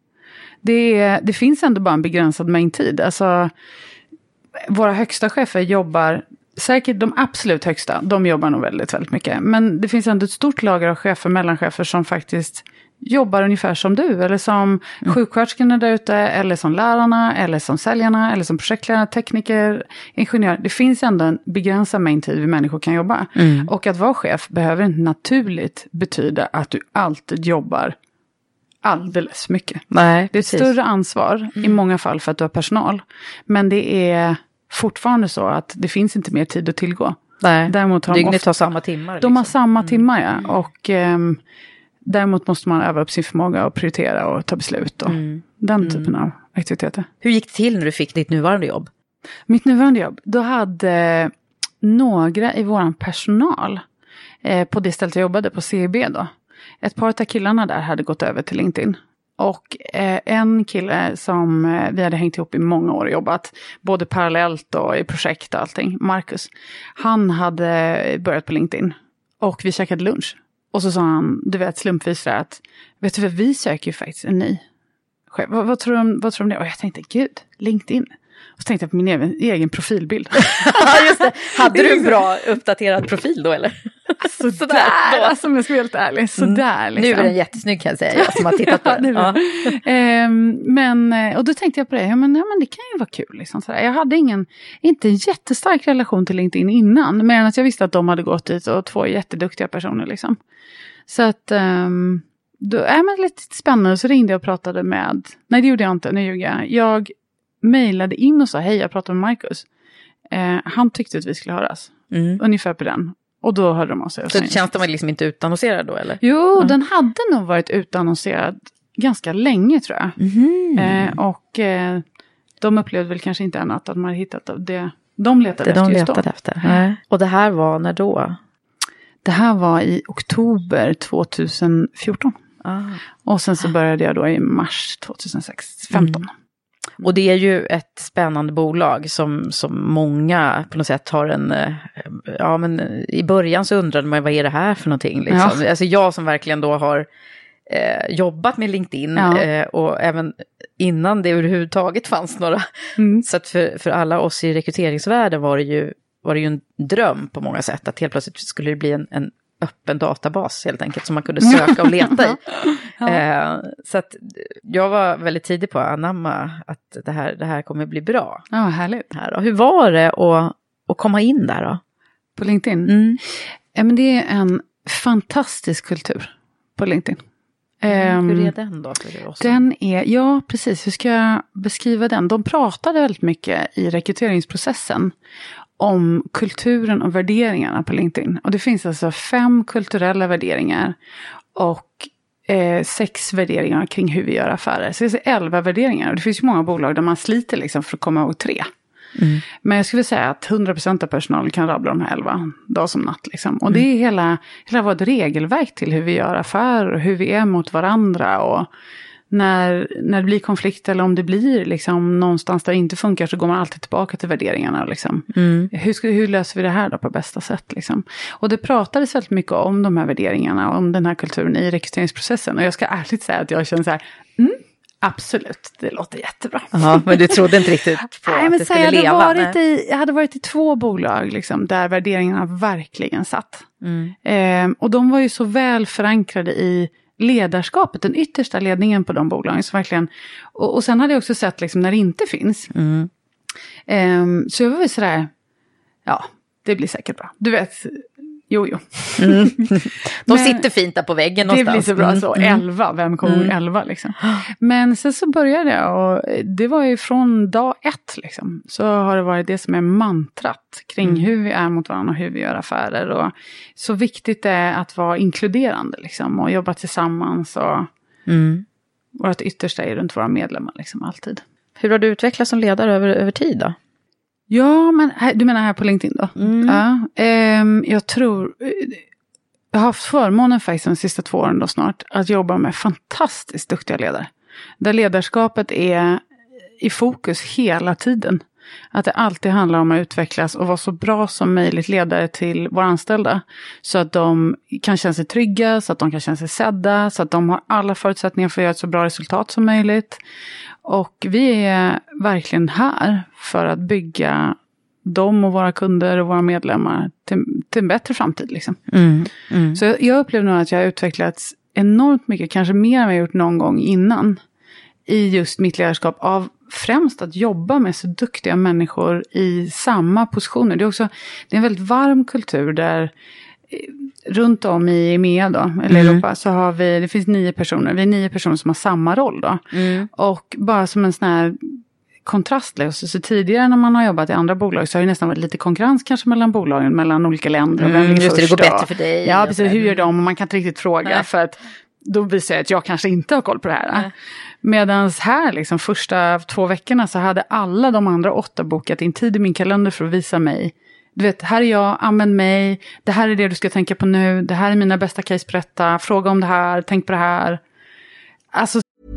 Speaker 7: Det finns ändå bara en begränsad mängd tid. Alltså, våra högsta chefer jobbar, säkert de absolut högsta, de jobbar nog väldigt, väldigt mycket. Men det finns ändå ett stort lager av chefer, mellanchefer som faktiskt jobbar ungefär som du. Eller som sjuksköterskorna där ute, eller som lärarna, eller som säljarna, eller som projektledare, tekniker, ingenjör. Det finns ändå en begränsad mängd tid vi människor kan jobba. Och att vara chef behöver inte naturligt betyda att du alltid jobbar alldeles mycket.
Speaker 9: Nej,
Speaker 7: det är ett större ansvar i många fall för att du har personal. Men det är fortfarande så att det finns inte mer tid att tillgå.
Speaker 9: Nej,
Speaker 7: däremot har
Speaker 9: dygnet tar samma timmar.
Speaker 7: De har samma timmar, ja. Och däremot måste man öva upp sin förmåga och prioritera och ta beslut och den typen av aktiviteter.
Speaker 9: Hur gick det till när du fick ditt nuvarande jobb?
Speaker 7: Mitt nuvarande jobb? Då hade några i våran personal på det stället jag jobbade på CB då. Ett par av killarna där hade gått över till LinkedIn. Och en kille som vi hade hängt ihop i många år och jobbat, både parallellt och i projekt och allting, Marcus, han hade börjat på LinkedIn. Och vi käkade lunch. Och så sa han, du vet slumpvis där att, vet du vad, vi söker ju faktiskt en ny chef. Vad tror du om det? Och jag tänkte, gud, LinkedIn. Och så tänkte jag på min egen profilbild.
Speaker 9: Ja, just det. Hade du en bra uppdaterad profil då, eller?
Speaker 7: Sådär, alltså om jag ska vara helt ärlig. Sådär, liksom.
Speaker 9: Nu är den jättesnygg kan jag säga, jag som har tittat på den.
Speaker 7: Och då tänkte jag på det, men det kan ju vara kul. Liksom, sådär. Jag hade inte en jättestark relation till LinkedIn innan, men att jag visste att de hade gått dit och 2 jätteduktiga personer. Liksom. Så att, då är man lite spännande, så ringde jag och pratade med, nej det gjorde jag inte, nu ljuger jag. Jag mejlade in och sa, hej jag pratar med Marcus. Han tyckte att vi skulle höras. Ungefär på den. Och då hörde de av sig.
Speaker 9: Så känns de liksom inte utannonserad då, eller?
Speaker 7: Jo, den hade nog varit utannonserad ganska länge, tror jag. Och de upplevde väl kanske inte annat att man hade hittat det de letade efter.
Speaker 9: Och det här var när då?
Speaker 7: Det här var i oktober 2014. Och sen så började jag då i mars 2015.
Speaker 9: Och det är ju ett spännande bolag som många på något sätt har en, ja men i början så undrade man vad är det här för någonting liksom. Ja. Alltså jag som verkligen då har jobbat med LinkedIn och även innan det överhuvudtaget fanns några. Så att för alla oss i rekryteringsvärlden var det ju en dröm på många sätt att helt plötsligt skulle det bli en öppen databas helt enkelt som man kunde söka och leta i. Så att jag var väldigt tidig på att anamma att det här kommer bli bra.
Speaker 7: Ja, härligt.
Speaker 9: Och hur var det att komma in där då?
Speaker 7: På LinkedIn? Ja, men det är en fantastisk kultur på LinkedIn.
Speaker 9: Hur är den då?
Speaker 7: Den är, ja precis, hur ska jag beskriva den? De pratade väldigt mycket i rekryteringsprocessen om kulturen och värderingarna på LinkedIn. Och det finns alltså 5 kulturella värderingar och 6 värderingar kring hur vi gör affärer. Så det är 11 värderingar. Och det finns ju många bolag där man sliter liksom för att komma ihåg 3. Men jag skulle säga att 100% av personalen kan rabbla de här 11 dag som natt. Liksom. Och det är hela vårt regelverk till hur vi gör affärer och hur vi är mot varandra. Och när det blir konflikt eller om det blir liksom någonstans där det inte funkar, så går man alltid tillbaka till värderingarna. Liksom. Hur löser vi det här då på bästa sätt? Liksom? Och det pratades väldigt mycket om de här värderingarna, om den här kulturen i rekryteringsprocessen. Och jag ska ärligt säga att jag känner så här, absolut, det låter jättebra.
Speaker 9: Ja, men du trodde inte riktigt på att det skulle leva?
Speaker 7: Jag hade varit i 2 bolag liksom, där värderingarna verkligen satt. Och de var ju så väl förankrade i ledarskapet, den yttersta ledningen på de bolagen. Så verkligen, och sen hade jag också sett liksom, när det inte finns. Så jag var väl sådär, ja, det blir säkert bra. Du vet, jo.
Speaker 9: De sitter fint där på väggen någonstans.
Speaker 7: Det blir så bra så, 11, vem kommer 11 liksom. Men sen så började jag, och det var ju från dag 1 liksom. Så har det varit det som är mantrat kring hur vi är mot varandra och hur vi gör affärer. Och så viktigt det är att vara inkluderande liksom, och jobba tillsammans och vårt yttersta är runt våra medlemmar liksom, alltid.
Speaker 9: Hur har du utvecklats som ledare över tid då?
Speaker 7: Ja, men du menar här på LinkedIn då? Ja, jag tror, jag har haft förmånen faktiskt de sista 2 åren då snart att jobba med fantastiskt duktiga ledare. Där ledarskapet är i fokus hela tiden. Att det alltid handlar om att utvecklas och vara så bra som möjligt ledare till våra anställda. Så att de kan känna sig trygga, så att de kan känna sig sedda, så att de har alla förutsättningar för att göra ett så bra resultat som möjligt. Och vi är verkligen här för att bygga dem och våra kunder och våra medlemmar till en bättre framtid. Liksom. Så jag upplever nog att jag har utvecklats enormt mycket, kanske mer än vad jag gjort någon gång innan, i just mitt ledarskap av främst att jobba med så duktiga människor i samma positioner. Det är en väldigt varm kultur där runt om i EMEA då, eller Europa, så har det finns 9 personer. Vi är 9 personer som har samma roll då. Och bara som en sån här kontrast, så tidigare när man har jobbat i andra bolag så har det nästan varit lite konkurrens kanske mellan bolagen, mellan olika länder.
Speaker 9: Just det går bättre för dig.
Speaker 7: Ja, precis. Hur gör de? Och man kan inte riktigt fråga för att då visar jag att jag kanske inte har koll på det här. Medan här, liksom, första 2 veckorna så hade alla de andra 8 bokat in tid i min kalender för att visa mig. Du vet, här är jag, använd mig. Det här är det du ska tänka på nu. Det här är mina bästa case, berätta. Fråga om det här, tänk på det här. Alltså...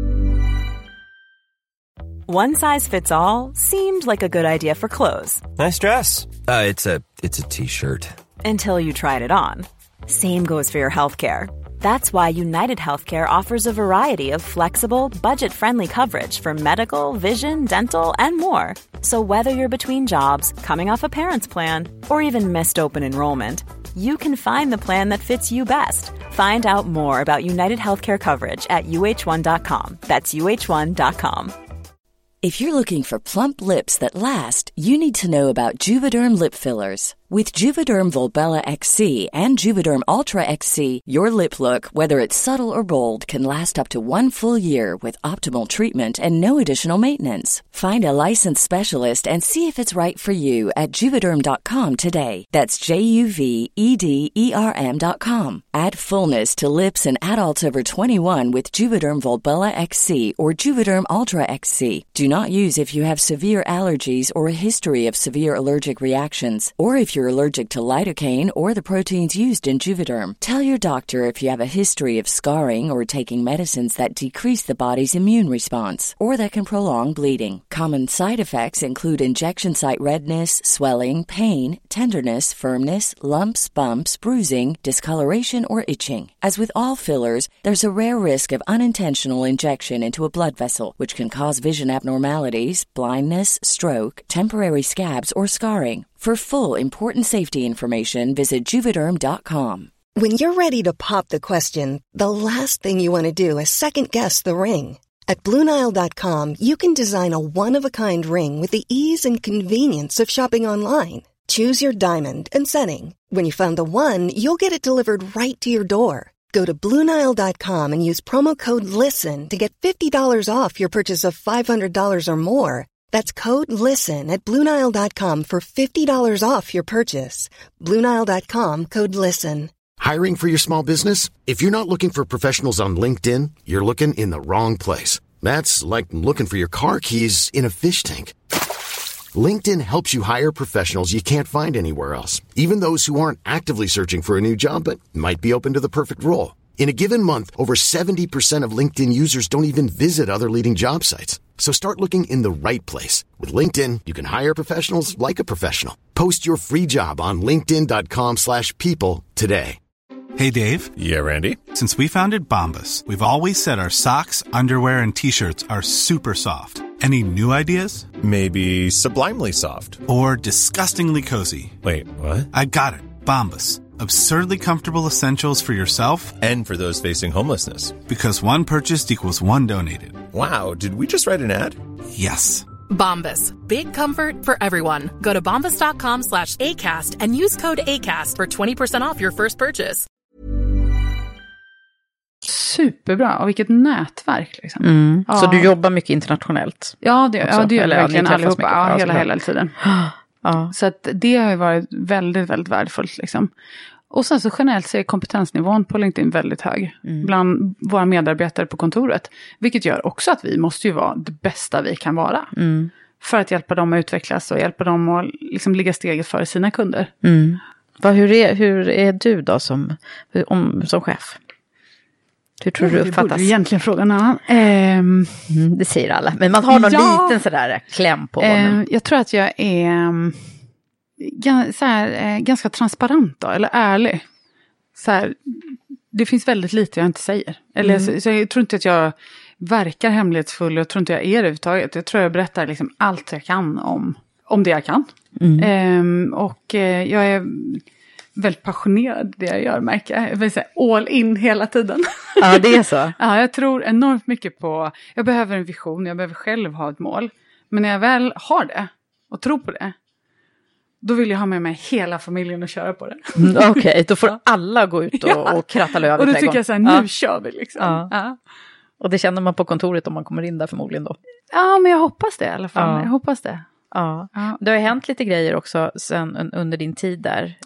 Speaker 1: One size fits all seemed like a good idea for clothes.
Speaker 10: Nice dress. It's a t-shirt.
Speaker 1: Until you tried it on. Same goes for your healthcare. That's why United Healthcare offers a variety of flexible, budget-friendly coverage for medical, vision, dental, and more. So whether you're between jobs, coming off a parent's plan, or even missed open enrollment, you can find the plan that fits you best. Find out more about United Healthcare coverage at uh1.com. That's uh1.com.
Speaker 11: If you're looking for plump lips that last, you need to know about Juvederm lip fillers. With Juvederm Volbella XC and Juvederm Ultra XC, your lip look, whether it's subtle or bold, can last up to 1 full year with optimal treatment and no additional maintenance. Find a licensed specialist and see if it's right for you at Juvederm.com today. That's JUVEDERM.com. Add fullness to lips in adults over 21 with Juvederm Volbella XC or Juvederm Ultra XC. Do not use if you have severe allergies or a history of severe allergic reactions, or if you're allergic to lidocaine or the proteins used in Juvederm. Tell your doctor if you have a history of scarring or taking medicines that decrease the body's immune response or that can prolong bleeding. Common side effects include injection site redness, swelling, pain, tenderness, firmness, lumps, bumps, bruising, discoloration, or itching. As with all fillers, there's a rare risk of unintentional injection into a blood vessel, which can cause vision abnormalities, blindness, stroke, temporary scabs, or scarring. For full, important safety information, visit Juvederm.com.
Speaker 12: When you're ready to pop the question, the last thing you want to do is second-guess the ring. At BlueNile.com, you can design a one-of-a-kind ring with the ease and convenience of shopping online. Choose your diamond and setting. When you find the one, you'll get it delivered right to your door. Go to BlueNile.com and use promo code LISTEN to get $50 off your purchase of $500 or more. That's code LISTEN at BlueNile.com for $50 off your purchase. BlueNile.com, code LISTEN.
Speaker 13: Hiring for your small business? If you're not looking for professionals on LinkedIn, you're looking in the wrong place. That's like looking for your car keys in a fish tank. LinkedIn helps you hire professionals you can't find anywhere else, even those who aren't actively searching for a new job but might be open to the perfect role. In a given month, over 70% of LinkedIn users don't even visit other leading job sites. So start looking in the right place. With LinkedIn, you can hire professionals like a professional. Post your free job on linkedin.com/people today.
Speaker 4: Hey, Dave.
Speaker 5: Yeah, Randy.
Speaker 4: Since we founded Bombas, we've always said our socks, underwear, and T-shirts are super soft. Any new ideas?
Speaker 5: Maybe sublimely soft.
Speaker 4: Or disgustingly cozy.
Speaker 5: Wait, what?
Speaker 4: I got it. Bombas. Absurdly comfortable essentials for yourself
Speaker 5: and for those facing homelessness.
Speaker 4: Because one purchased equals one donated.
Speaker 5: Wow, did we just write an ad?
Speaker 4: Yes.
Speaker 6: Bombas. Big comfort for everyone. Go to bombas.com/ACAST and use code ACAST for 20% off your first purchase.
Speaker 7: Superbra, och vilket nätverk liksom.
Speaker 9: Ja. Så du jobbar mycket internationellt?
Speaker 7: Ja, det gör jag verkligen allihopa. Ja, hela tiden.
Speaker 9: Ja.
Speaker 7: Så att det har ju varit väldigt, väldigt värdefullt liksom. Och sen så generellt så är kompetensnivån på LinkedIn väldigt hög bland våra medarbetare på kontoret. Vilket gör också att vi måste ju vara det bästa vi kan vara. För att hjälpa dem att utvecklas och hjälpa dem att liksom ligga steget före sina kunder.
Speaker 9: Hur är du då som chef? Hur tror du uppfattas?
Speaker 7: Det borde egentligen fråga någon annan.
Speaker 9: Det säger alla. Men man har någon liten sådär kläm på honom.
Speaker 7: Jag tror att jag är ganska transparent då, eller ärlig. Så här, det finns väldigt lite jag inte säger. Eller, så jag tror inte att jag verkar hemlighetsfull. Jag tror inte jag är det överhuvudtaget. Jag tror jag berättar liksom allt jag kan om det jag kan. Och jag är väldigt passionerad det jag gör, märker jag. Jag vill säga all in hela tiden.
Speaker 9: Ja, det är så.
Speaker 7: Ja, jag tror enormt mycket på, jag behöver en vision, jag behöver själv ha ett mål. Men när jag väl har det och tror på det, då vill jag ha med mig hela familjen och köra på det.
Speaker 9: Okej, då får alla gå ut och kratta löv i
Speaker 7: och då tycker jag så här, nu kör vi liksom.
Speaker 9: Ja. Och det känner man på kontoret om man kommer in där förmodligen då.
Speaker 7: Ja, men jag hoppas det i alla fall. Jag hoppas det.
Speaker 9: Ja. Det har hänt lite grejer också sen under din tid där.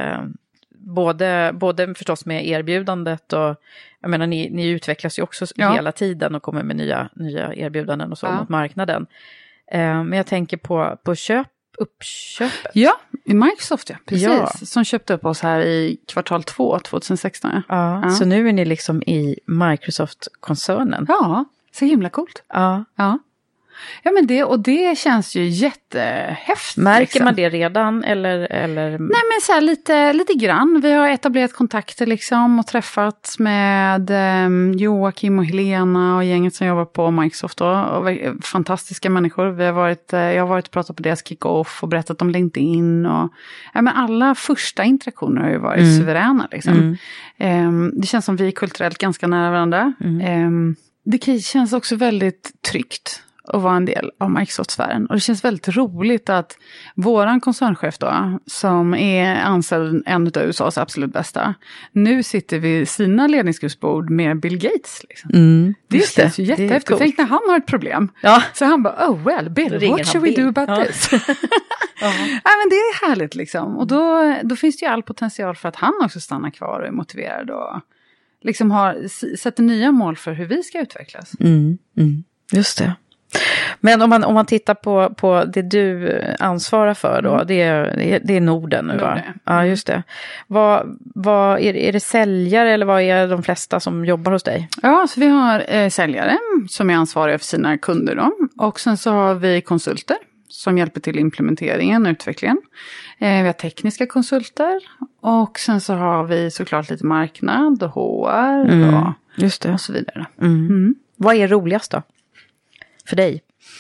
Speaker 9: Både förstås med erbjudandet och jag menar ni utvecklas ju också hela tiden och kommer med nya erbjudanden och så mot marknaden. Men jag tänker på uppköpet.
Speaker 7: Ja, i Microsoft precis. Ja. Som köpte upp oss här i kvartal 2 2016.
Speaker 9: Ja. Så nu är ni liksom i Microsoft-koncernen.
Speaker 7: Ja, så himla coolt.
Speaker 9: Ja.
Speaker 7: Ja, men det känns ju jättehäftigt.
Speaker 9: Märker
Speaker 7: liksom.
Speaker 9: man det redan eller?
Speaker 7: Nej, men så här lite grann. Vi har etablerat kontakter liksom och träffats med Joakim och Helena och gänget som jobbar på Microsoft då. Och fantastiska människor. Jag har varit och pratat på deras kick-off och berättat om LinkedIn och men alla första interaktioner har ju varit suveräna liksom. Det känns som vi är kulturellt ganska nära varandra. Det känns också väldigt tryggt att vara en del av Microsoft-sfären. Och det känns väldigt roligt att våran koncernchef då, som är ansedd en av USAs absolut bästa, nu sitter vid sina ledningsgruppsbord med Bill Gates. Liksom. Det känns ju jättehäftigt. Tänk när han har ett problem. Ja. Så han bara, oh well, Bill, what should we do about this? Men det är härligt liksom. Och då finns det ju all potential för att han också stannar kvar och är motiverad och liksom sätter nya mål för hur vi ska utvecklas.
Speaker 9: Just det. Men om man tittar på det du ansvarar för då, det är Norden nu va? Ja, just det. Vad är det säljare eller vad är de flesta som jobbar hos dig?
Speaker 7: Ja, så vi har säljare som är ansvariga för sina kunder då. Och sen så har vi konsulter som hjälper till implementeringen och utvecklingen. Vi har tekniska konsulter och sen så har vi såklart lite marknad och HR och så vidare.
Speaker 9: Vad är roligast då? För dig?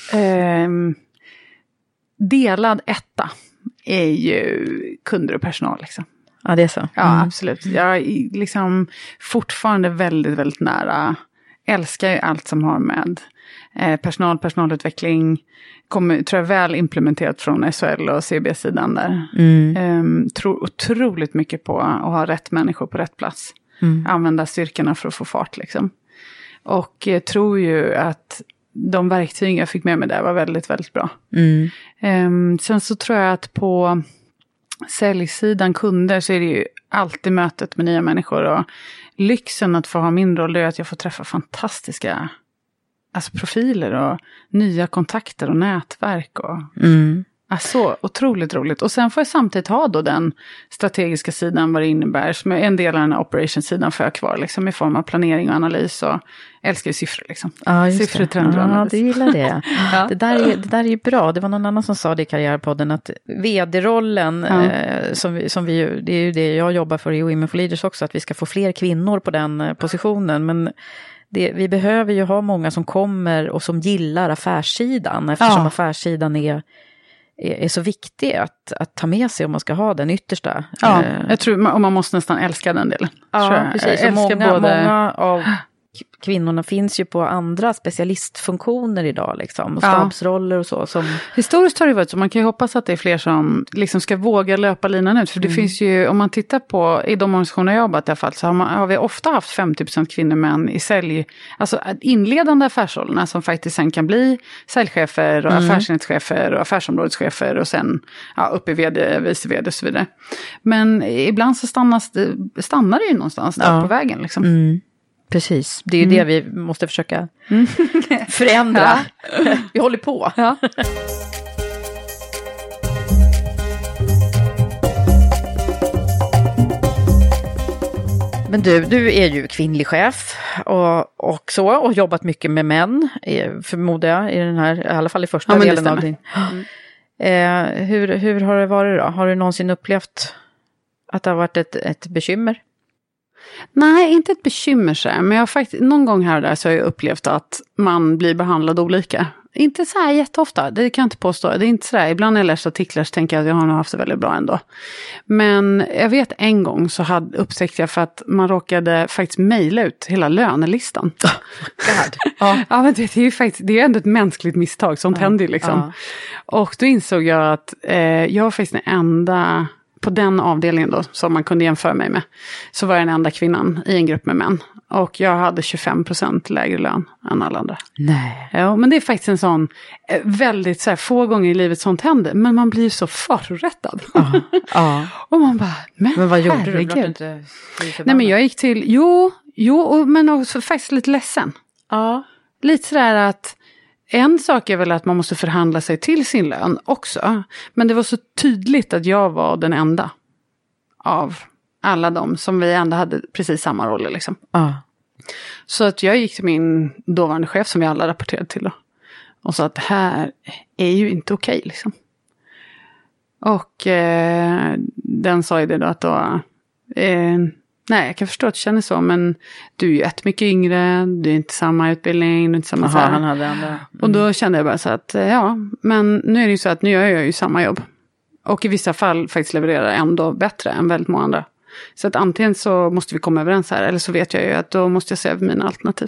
Speaker 7: Delad etta är ju kunder och personal liksom.
Speaker 9: Ja, det är så.
Speaker 7: Ja, absolut. Jag är liksom fortfarande väldigt, väldigt nära. Älskar ju allt som har med personalutveckling. Tror jag väl implementerat från SHL och CB-sidan där. Tror otroligt mycket på att ha rätt människor på rätt plats. Använda styrkorna för att få fart liksom. Och tror ju att de verktyg jag fick med mig där var väldigt, väldigt bra. Sen så tror jag att på säljsidan kunder så är det ju alltid mötet med nya människor. Och lyxen att få ha min roll är att jag får träffa fantastiska profiler och nya kontakter och nätverk. Och Så otroligt roligt. Och sen får jag samtidigt ha då den strategiska sidan, vad det innebär. Som en del av den här operationssidan får jag kvar liksom, i form av planering och analys. Och älskar ju siffror liksom.
Speaker 9: Ja, just
Speaker 7: siffror,
Speaker 9: trender och analys. Ja, du gillar det.
Speaker 7: Ja.
Speaker 9: Det där är ju bra. Det var någon annan som sa det i Karriärpodden att vd-rollen, det är ju det jag jobbar för i Women for Leaders också, att vi ska få fler kvinnor på den positionen. Men vi behöver ju ha många som kommer och som gillar affärssidan, eftersom affärssidan är så viktig att ta med sig om man ska ha den yttersta.
Speaker 7: Ja, jag tror, och man måste nästan älska den delen.
Speaker 9: Ja, precis. Många av kvinnorna finns ju på andra specialistfunktioner idag liksom, och stabsroller och så.
Speaker 7: Historiskt har det varit så, man kan ju hoppas att det är fler som liksom ska våga löpa linan ut. För det finns ju, om man tittar på, i de organisationer jag jobbat i alla fall, så har vi ofta haft 50% kvinnor män i sälj, alltså inledande affärsrollerna som faktiskt sen kan bli säljchefer och affärsenhetschefer och affärsområdeschefer och sen upp i vd, vice vd och så vidare. Men ibland så stannar det ju någonstans där på vägen liksom.
Speaker 9: Precis, det är ju det vi måste försöka förändra. Vi håller på. Ja. Men du är ju kvinnlig chef och jobbat mycket med män, förmodar jag, i den här, i alla fall i första delen av din. Hur har det varit då? Har du någonsin upplevt att det har varit ett bekymmer?
Speaker 7: Nej, inte ett bekymmer så här, men jag har faktiskt någon gång här och där så har jag upplevt att man blir behandlad olika. Inte så här jätteofta, det kan jag inte påstå. Det är inte så där, ibland när jag läser artiklar så tänker jag att jag har nog haft det väldigt bra ändå. Men jag vet en gång så upptäckte jag för att man råkade faktiskt mejla ut hela lönelistan. Ja, men det är ju faktiskt, det är ändå ett mänskligt misstag, sånt händer ju liksom. Och då insåg jag att jag var faktiskt den enda, på den avdelningen då, som man kunde jämföra mig med, så var jag den enda kvinnan i en grupp med män. Och jag hade 25% lägre lön än alla andra.
Speaker 9: Nej.
Speaker 7: Ja, men det är faktiskt en sån, väldigt så här, få gånger i livet sånt händer. Men man blir så förorättad.
Speaker 9: Ja.
Speaker 7: Och man bara, men
Speaker 9: vad gjorde
Speaker 7: herregud.
Speaker 9: Du?
Speaker 7: Nej, men jag gick till, men också faktiskt lite ledsen.
Speaker 9: Ja.
Speaker 7: Lite sådär att, en sak är väl att man måste förhandla sig till sin lön också. Men det var så tydligt att jag var den enda av alla de som vi ändå hade precis samma roller liksom. Så att jag gick till min dåvarande chef som vi alla rapporterade till då, och sa att det här är ju inte okej liksom. Och den sa ju det då att då, nej, jag kan förstå att du känner så, men du är ju mycket yngre, du är inte samma utbildning, du är inte samma så här.
Speaker 9: Han hade andra.
Speaker 7: Och då kände jag bara så att men nu är det ju så att nu gör jag ju samma jobb. Och i vissa fall faktiskt levererar ändå bättre än väldigt många andra. Så att antingen så måste vi komma överens här, eller så vet jag ju att då måste jag se över mina alternativ.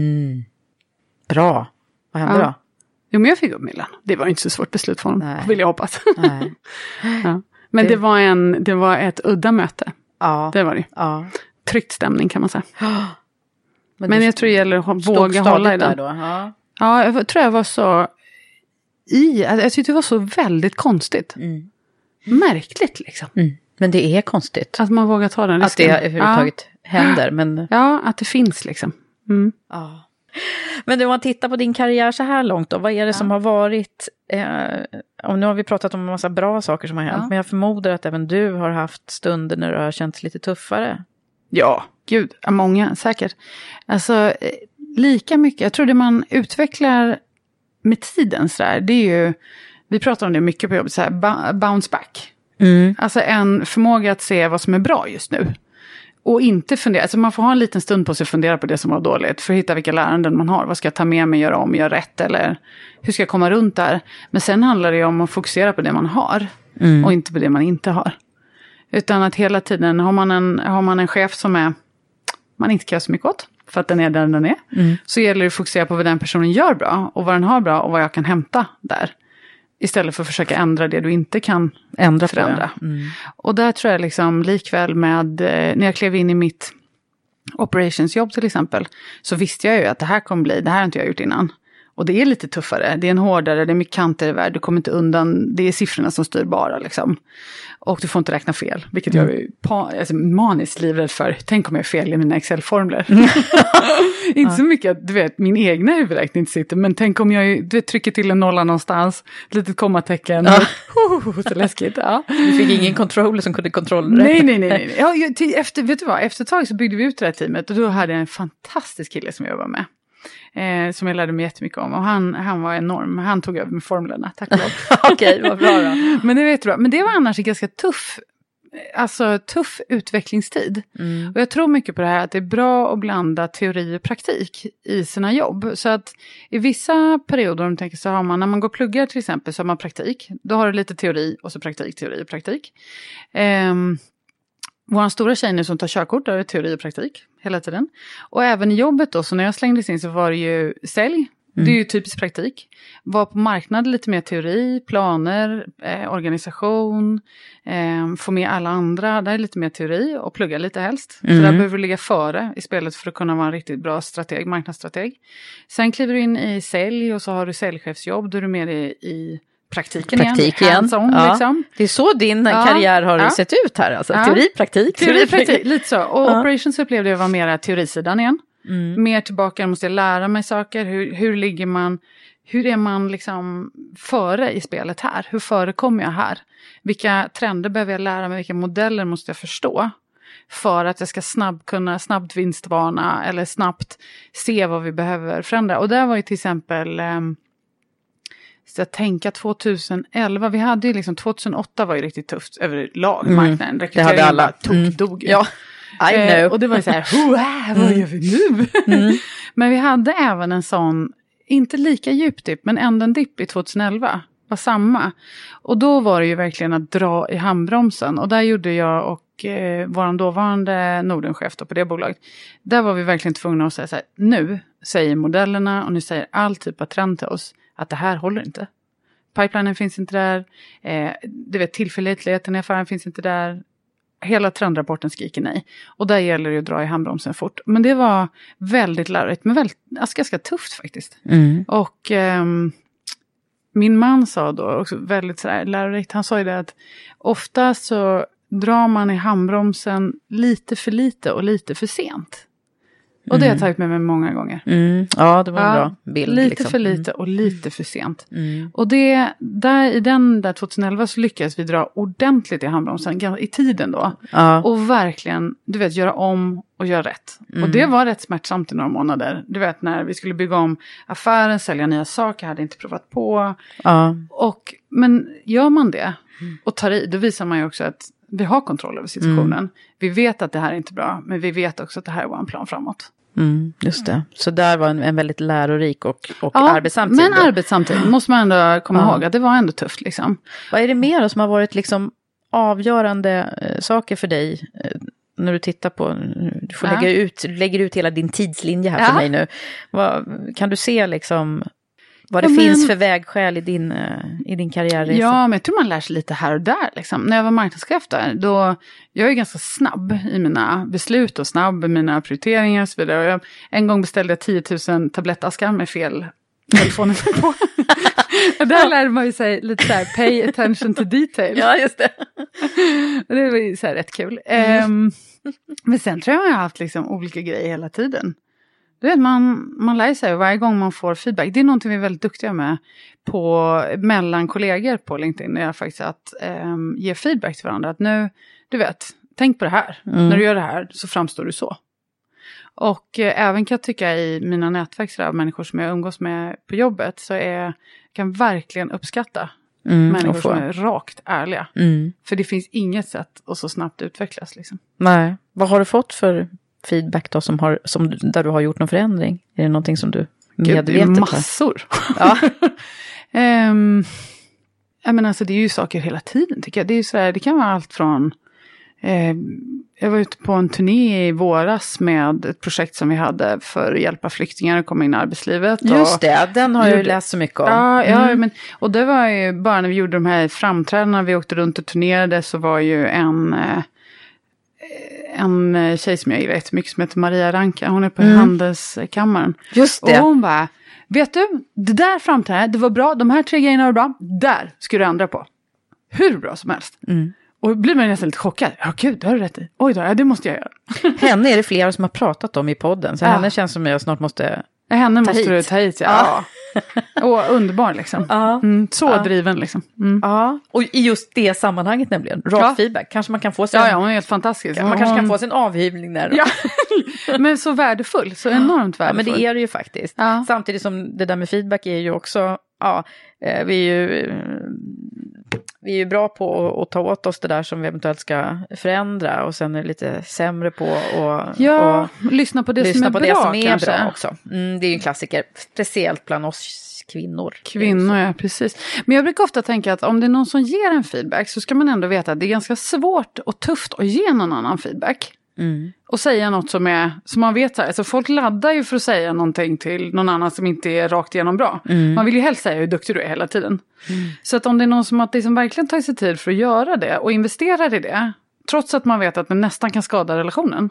Speaker 9: Bra. Vad hände då?
Speaker 7: Jo, men jag fick upp min lön. Det var inte så svårt beslut för honom, vill jag hoppas.
Speaker 9: Nej.
Speaker 7: Men det var ett udda möte.
Speaker 9: Ja.
Speaker 7: Det var det.
Speaker 9: Ja.
Speaker 7: Tryckt stämning kan man säga. Men jag tror det gäller att våga hålla i den.
Speaker 9: Då.
Speaker 7: Ja, jag tror jag var så jag tyckte det var så väldigt konstigt. Märkligt liksom.
Speaker 9: Men det är konstigt.
Speaker 7: Att man vågar ta den risken.
Speaker 9: Att det överhuvudtaget händer. Men...
Speaker 7: Ja, att det finns liksom.
Speaker 9: Ja. Men om man tittar på din karriär så här långt då, vad är det som har varit, och nu har vi pratat om en massa bra saker som har hänt, men jag förmodar att även du har haft stunder när du har känts lite tuffare.
Speaker 7: Ja, gud, många, säkert. Alltså, lika mycket, jag tror det man utvecklar med tiden så där, det är ju, vi pratar om det mycket på jobbet, så här, bounce back. Alltså en förmåga att se vad som är bra just nu. Och inte fundera, alltså man får ha en liten stund på sig att fundera på det som var dåligt. För att hitta vilka läranden man har. Vad ska jag ta med mig, göra om, göra rätt? Eller hur ska jag komma runt där? Men sen handlar det ju om att fokusera på det man har. Och inte på det man inte har. Utan att hela tiden, har man en chef som man inte kan göra så mycket åt. För att den är där den är. Så gäller det att fokusera på vad den personen gör bra. Och vad den har bra och vad jag kan hämta där. Istället för att försöka ändra det du inte kan förändra. Och där tror jag liksom likväl med, när jag klev in i mitt operationsjobb till exempel, så visste jag ju att det här kommer bli, det här har inte jag gjort innan. Och det är lite tuffare, det är en hårdare, det är mycket kanter i värld, du kommer inte undan, det är siffrorna som styr bara liksom. Och du får inte räkna fel, vilket jag är maniskt livrädd för. Tänk om jag är fel i mina Excel-formler. Inte så mycket att, du vet, min egna huvudräkning inte sitter, men tänk om jag trycker till en nolla någonstans, ett litet kommatecken, så läskigt. Ja.
Speaker 9: Du fick ingen controller som kunde kontrollräkna.
Speaker 7: Nej. Ja, vet du vad, efter ett tag så byggde vi ut det här teamet och då hade jag en fantastisk kille som jag jobbar med. Som jag lärde mig jättemycket om. Och han var enorm. Han tog över med formlerna. Tack och lov.
Speaker 9: Okej, vad bra då.
Speaker 7: Men det vet du. Men det var annars en ganska tuff utvecklingstid. Och jag tror mycket på det här att det är bra att blanda teori och praktik i sina jobb. Så att i vissa perioder, om du tänker så har man, när man går och pluggar till exempel, så har man praktik. Då har du lite teori och så teori och praktik. Våra stora tjej nu som tar körkort, där är teori och praktik hela tiden. Och även i jobbet då, så när jag slängdes in så var det ju sälj. Det är ju typisk praktik. Var på marknaden lite mer teori, planer, organisation, få med alla andra. Där är lite mer teori och plugga lite helst. För där behöver du ligga före i spelet för att kunna vara en riktigt bra marknadsstrateg. Sen kliver du in i sälj och så har du säljchefsjobb. Då är du med i praktiken igen. Liksom.
Speaker 9: Det är så din karriär har sett ut här. Alltså. Teori, praktik.
Speaker 7: Lite så. Och operations upplevde jag var mer teorisidan igen. Mer tillbaka, måste jag lära mig saker. Hur ligger man, hur är man liksom före i spelet här? Hur förekommer jag här? Vilka trender behöver jag lära mig? Vilka modeller måste jag förstå? För att jag ska snabbt vinstvarna eller snabbt se vad vi behöver förändra. Och där var ju till exempel... Så jag tänker 2011, vi hade ju liksom 2008 var ju riktigt tufft överlag marknaden.
Speaker 9: Det hade alla.
Speaker 7: Dog.
Speaker 9: Ja, I know.
Speaker 7: Och det var ju så här, vad gör vi nu? Men vi hade även en sån, inte lika djup dipp, men ändå en dipp i 2011. Var samma. Och då var det ju verkligen att dra i handbromsen. Och där gjorde jag och vår dåvarande Nordenchef på det bolaget. Där var vi verkligen tvungna att säga så här, nu säger modellerna och nu säger all typ av trend till oss att det här håller inte. Pipelinen finns inte där. Du vet, tillförlitligheten i affären finns inte där. Hela trendrapporten skriker nej. Och där gäller det att dra i handbromsen fort. Men det var väldigt lärorikt. Men ganska tufft faktiskt. Och min man sa då också väldigt sådär lärorikt. Han sa ju det att ofta så drar man i handbromsen lite för lite och lite för sent. Och det har jag tagit med mig många gånger.
Speaker 9: Ja, det var en bra bild.
Speaker 7: Lite
Speaker 9: liksom.
Speaker 7: för lite och lite för sent. Och det, i den där 2011 så lyckades vi dra ordentligt i handbromsen i tiden då. Och verkligen, du vet, göra om och göra rätt. Och det var rätt smärtsamt i några månader. Du vet, när vi skulle bygga om affären, sälja nya saker, hade inte provat på. Men gör man det och tar i, då visar man ju också att vi har kontroll över situationen. Vi vet att det här är inte bra, men vi vet också att det här är vår plan framåt.
Speaker 9: Just det. Så där var en väldigt lärorik och arbetsam tid.
Speaker 7: Men arbetsam tid måste man ändå komma ihåg att det var ändå tufft liksom.
Speaker 9: Vad är det mer som har varit liksom avgörande saker för dig när du tittar på, du får lägger ut hela din tidslinje här för mig nu. Kan du se liksom vad det finns för vägskäl i din karriärresa?
Speaker 7: Ja, men jag tror man lär sig lite här och där. Liksom. När jag var marknadschef där, då jag är ganska snabb i mina beslut och snabb i mina prioriteringar och så vidare. Och en gång beställde jag 10 000 tablettaskar med fel telefonen på. Där lärde man ju sig lite så här, pay attention to detail.
Speaker 9: Ja, just det.
Speaker 7: Det var ju så här rätt kul. Men sen tror jag har haft liksom olika grejer hela tiden. Du vet, man lär sig varje gång man får feedback. Det är någonting vi är väldigt duktiga med mellan kollegor på LinkedIn. Det är faktiskt att ge feedback till varandra. Att nu, du vet, tänk på det här. När du gör det här så framstår du så. Och även kan jag tycka i mina nätverk så där, människor som jag umgås med på jobbet. Så kan verkligen uppskatta människor som är rakt ärliga. För det finns inget sätt att så snabbt utvecklas. Liksom.
Speaker 9: Nej. Vad har du fått för feedback då där du har gjort någon förändring? Är det någonting som du medvetet har?
Speaker 7: Massor. Ja. Jag menar, alltså, det är ju saker hela tiden tycker jag. Det är ju så här, det kan vara allt från jag var ute på en turné i våras med ett projekt som vi hade för att hjälpa flyktingar att komma in i arbetslivet.
Speaker 9: Just det, den har jag ju läst så mycket om.
Speaker 7: Ja, men, och det var ju bara när vi gjorde de här framträdandena, vi åkte runt och turnerade, så var ju en tjej som jag gillar jättemycket som heter Maria Ranka. Hon är på Handelskammaren.
Speaker 9: Just det.
Speaker 7: Och hon bara, vet du, det där framträdandet, det var bra, de här 3 grejerna var bra, där ska du ändra på. Hur bra som helst. Och blir man nästan lite chockad. Ja, gud, det har du rätt i. Oj då, det måste jag göra.
Speaker 9: Henne är det flera som har pratat om i podden. Så henne känns som jag snart måste
Speaker 7: henne måste du ta hit, ja. Och underbar liksom. Så driven liksom.
Speaker 9: Ja, och i just det sammanhanget nämligen. Rak feedback. Kanske man kan få sig
Speaker 7: hon är helt fantastisk.
Speaker 9: Man kanske kan få sig en avhyvling där.
Speaker 7: Ja. Men så värdefull, så enormt värdefull.
Speaker 9: Ja, men det är det ju faktiskt. Samtidigt som det där med feedback är ju också, vi är ju bra på att ta åt oss det där som vi eventuellt ska förändra och sen är det lite sämre på och
Speaker 7: lyssna på det som är bra
Speaker 9: också. Det är ju en klassiker, speciellt bland oss kvinnor.
Speaker 7: Ja, precis. Men jag brukar ofta tänka att om det är någon som ger en feedback så ska man ändå veta att det är ganska svårt och tufft att ge någon annan feedback. Och säga något som man vet så här. Alltså folk laddar ju för att säga någonting till någon annan som inte är rakt igenom bra. Man vill ju helst säga hur duktig du är hela tiden. Så att om det är någon som verkligen tar sig tid för att göra det och investerar i det, trots att man vet att det nästan kan skada relationen,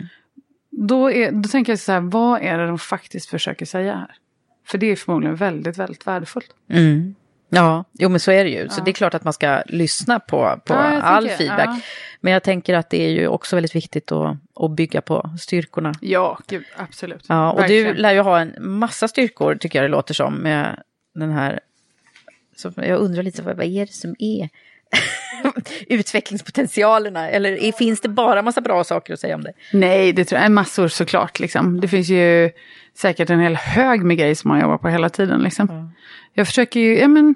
Speaker 7: då tänker jag så här, vad är det de faktiskt försöker säga här? För det är förmodligen väldigt, väldigt värdefullt.
Speaker 9: Ja, men så är det ju. Så det är klart att man ska lyssna på all feedback. Ja. Men jag tänker att det är ju också väldigt viktigt att bygga på styrkorna.
Speaker 7: Ja, gud, absolut.
Speaker 9: Ja, och verkligen. Du lär ju ha en massa styrkor, tycker jag det låter som, med den här. Så jag undrar lite, vad är det som är utvecklingspotentialerna? Eller finns det bara massa bra saker att säga om det?
Speaker 7: Nej, det tror jag är massor såklart. Liksom. Det finns ju säkert en hel hög med grejer som man jobbar på hela tiden. Liksom. Jag försöker ju,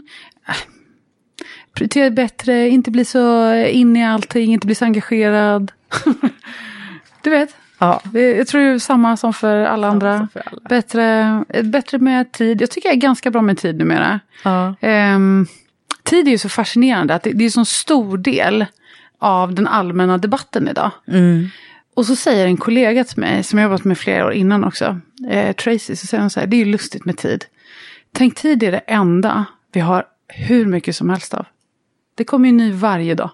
Speaker 7: prioritera bättre, inte bli så inne i allting, inte bli så engagerad. Du vet.
Speaker 9: Ja.
Speaker 7: Jag tror det är samma som för alla andra.
Speaker 9: För alla.
Speaker 7: Bättre med tid. Jag tycker jag är ganska bra med tid numera.
Speaker 9: Ja.
Speaker 7: Tid är ju så fascinerande att det är en så stor del av den allmänna debatten idag. Och så säger en kollega till mig, som jag jobbat med flera år innan också, Tracy, så säger hon så här, det är ju lustigt med tid. Tänk, tid är det enda vi har hur mycket som helst av. Det kommer ju ny varje dag.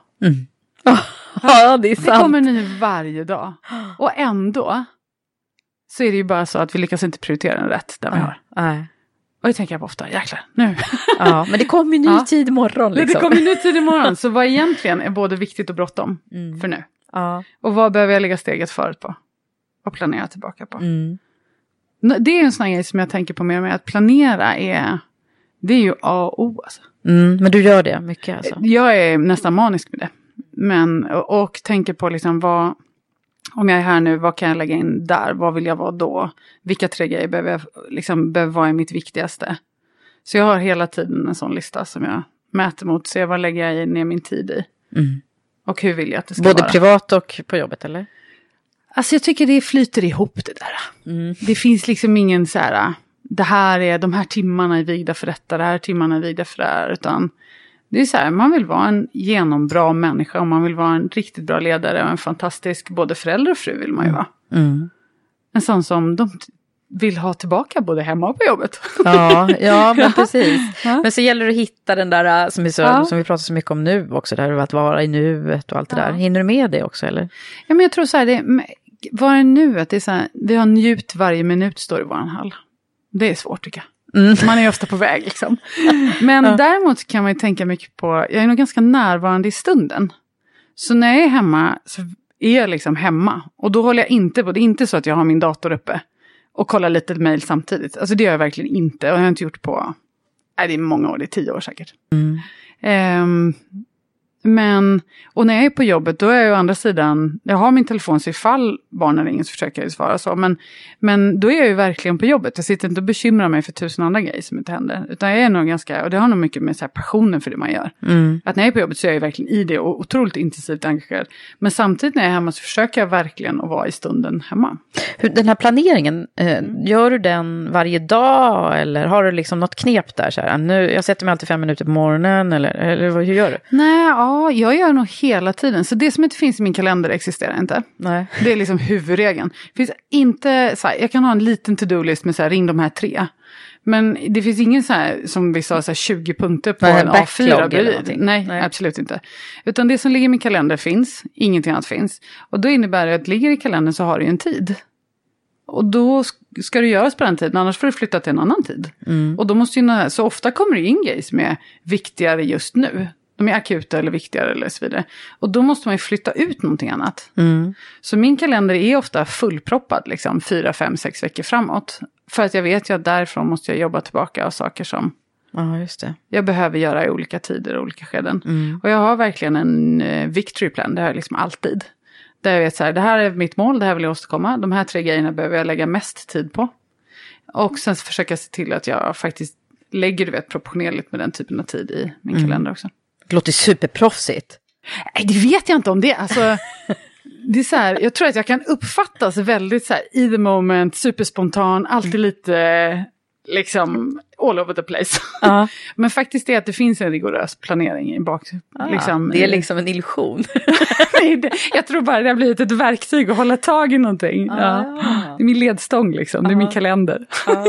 Speaker 9: Ja, det är sant.
Speaker 7: Det kommer ny varje dag. Och ändå så är det ju bara så att vi lyckas inte prioritera den rätt där vi har.
Speaker 9: Nej.
Speaker 7: Och det tänker jag på ofta, jäklar, nu.
Speaker 9: Ja, men det kommer ju ny tid imorgon. Liksom.
Speaker 7: Det kommer ny tid imorgon, så vad egentligen är både viktigt och bråttom för nu.
Speaker 9: Ja.
Speaker 7: Och vad behöver jag lägga steget förut på? Och planera tillbaka på? Det är en sån här grej som jag tänker på mer och mer, att planera det är ju A och O alltså.
Speaker 9: Men du gör det mycket alltså?
Speaker 7: Jag är nästan manisk med det. Men, och tänker på liksom om jag är här nu, vad kan jag lägga in där? Vad vill jag vara då? Vilka 3 grejer behöver vara i mitt viktigaste? Så jag har hela tiden en sån lista som jag mäter mot. Så vad lägger jag ner min tid i? Och hur vill jag att det ska vara?
Speaker 9: Både privat och på jobbet, eller?
Speaker 7: Alltså jag tycker det flyter ihop det där. Det finns liksom ingen så här, det här är de här timmarna är vigda för detta, det här timmarna är vigda för det här, utan det är så här, man vill vara en genombra människa och man vill vara en riktigt bra ledare och en fantastisk både förälder och fru vill man ju vara. En sån som de vill ha tillbaka både hemma och på jobbet.
Speaker 9: Ja, men precis. Men så gäller det att hitta den där som vi pratar så mycket om nu också, där att vara i nuet och allt det där. Hinner du med det också, eller? Ja,
Speaker 7: men jag tror så här, vara i nuet, det är så här, vi har njut varje minut, står i våran hall. Det är svårt, tycker jag. Man är ju ofta på väg liksom. Men däremot kan man ju tänka mycket på, jag är nog ganska närvarande i stunden. Så när jag är hemma så är jag liksom hemma. Och då håller jag inte på, det är inte så att jag har min dator uppe och kollar lite mejl samtidigt. Alltså det gör jag verkligen inte. Och jag har inte gjort på, det är många år, det är 10 år säkert. Men, och när jag är på jobbet, då är jag å andra sidan, jag har min telefon så ifall barnen ringer så försöker jag svara så. Men då är jag ju verkligen på jobbet. Jag sitter inte och bekymrar mig för 1000 andra grejer som inte händer. Utan jag är nog ganska, och det har nog mycket med så här passionen för det man gör. Att när jag är på jobbet så är jag verkligen i det och otroligt intensivt engagerad. Men samtidigt när jag är hemma så försöker jag verkligen att vara i stunden hemma.
Speaker 9: Den här planeringen, gör du den varje dag? Eller har du liksom något knep där? Så här, nu, jag sätter mig alltid 5 minuter på morgonen. Eller hur gör du?
Speaker 7: Nej, jag gör nog hela tiden. Så det som inte finns i min kalender existerar inte.
Speaker 9: Nej.
Speaker 7: Det är liksom huvudregeln. Finns inte, så här, jag kan ha en liten to-do-list med så här, ring de här 3. Men det finns ingen så här, som vi sa, så här, 20 punkter på en A4 bredvid. Nej, absolut inte. Utan det som ligger i min kalender finns, ingenting annat finns. Och då innebär det att ligger i kalendern så har du en tid. Och då ska det göras på den tiden, annars får du flytta till en annan tid. Och då måste ju, så ofta kommer det in grejer som är viktigare just nu. De är akuta eller viktigare eller så vidare. Och då måste man ju flytta ut någonting annat. Så min kalender är ofta fullproppad liksom 4, 5, 6 veckor framåt. För att jag vet ju att därifrån måste jag jobba tillbaka och saker som
Speaker 9: just det.
Speaker 7: Jag behöver göra i olika tider och olika skeden. Och jag har verkligen en victory plan, det har jag liksom alltid. Där jag vet så här, det här är mitt mål, det här vill jag åstadkomma. De här 3 grejerna behöver jag lägga mest tid på. Och sen försöka se till att jag faktiskt lägger proportionerligt med den typen av tid i min kalender också.
Speaker 9: Det låter superproffsigt.
Speaker 7: Nej, det vet jag inte om det. Alltså, det är så här, jag tror att jag kan uppfattas väldigt så här, i the moment, superspontan, alltid lite liksom all over the place. Men faktiskt är att det finns en rigorös planering i bak. Liksom,
Speaker 9: det är liksom en illusion.
Speaker 7: Jag tror bara det har blivit ett verktyg att hålla tag i någonting. Det är min ledstång liksom, det är min kalender.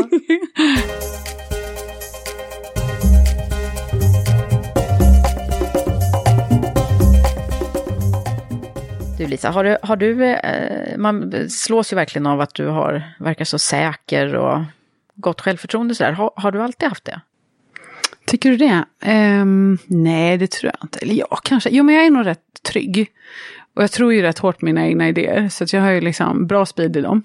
Speaker 9: Du Lisa, har du man slås ju verkligen av att du verkar så säker och gott självförtroende så där. Har du alltid haft det?
Speaker 7: Tycker du det? Nej, det tror jag inte. Eller ja, kanske. Jo, men jag är nog rätt trygg. Och jag tror ju rätt hårt på mina egna idéer. Så att jag har ju liksom bra speed i dem.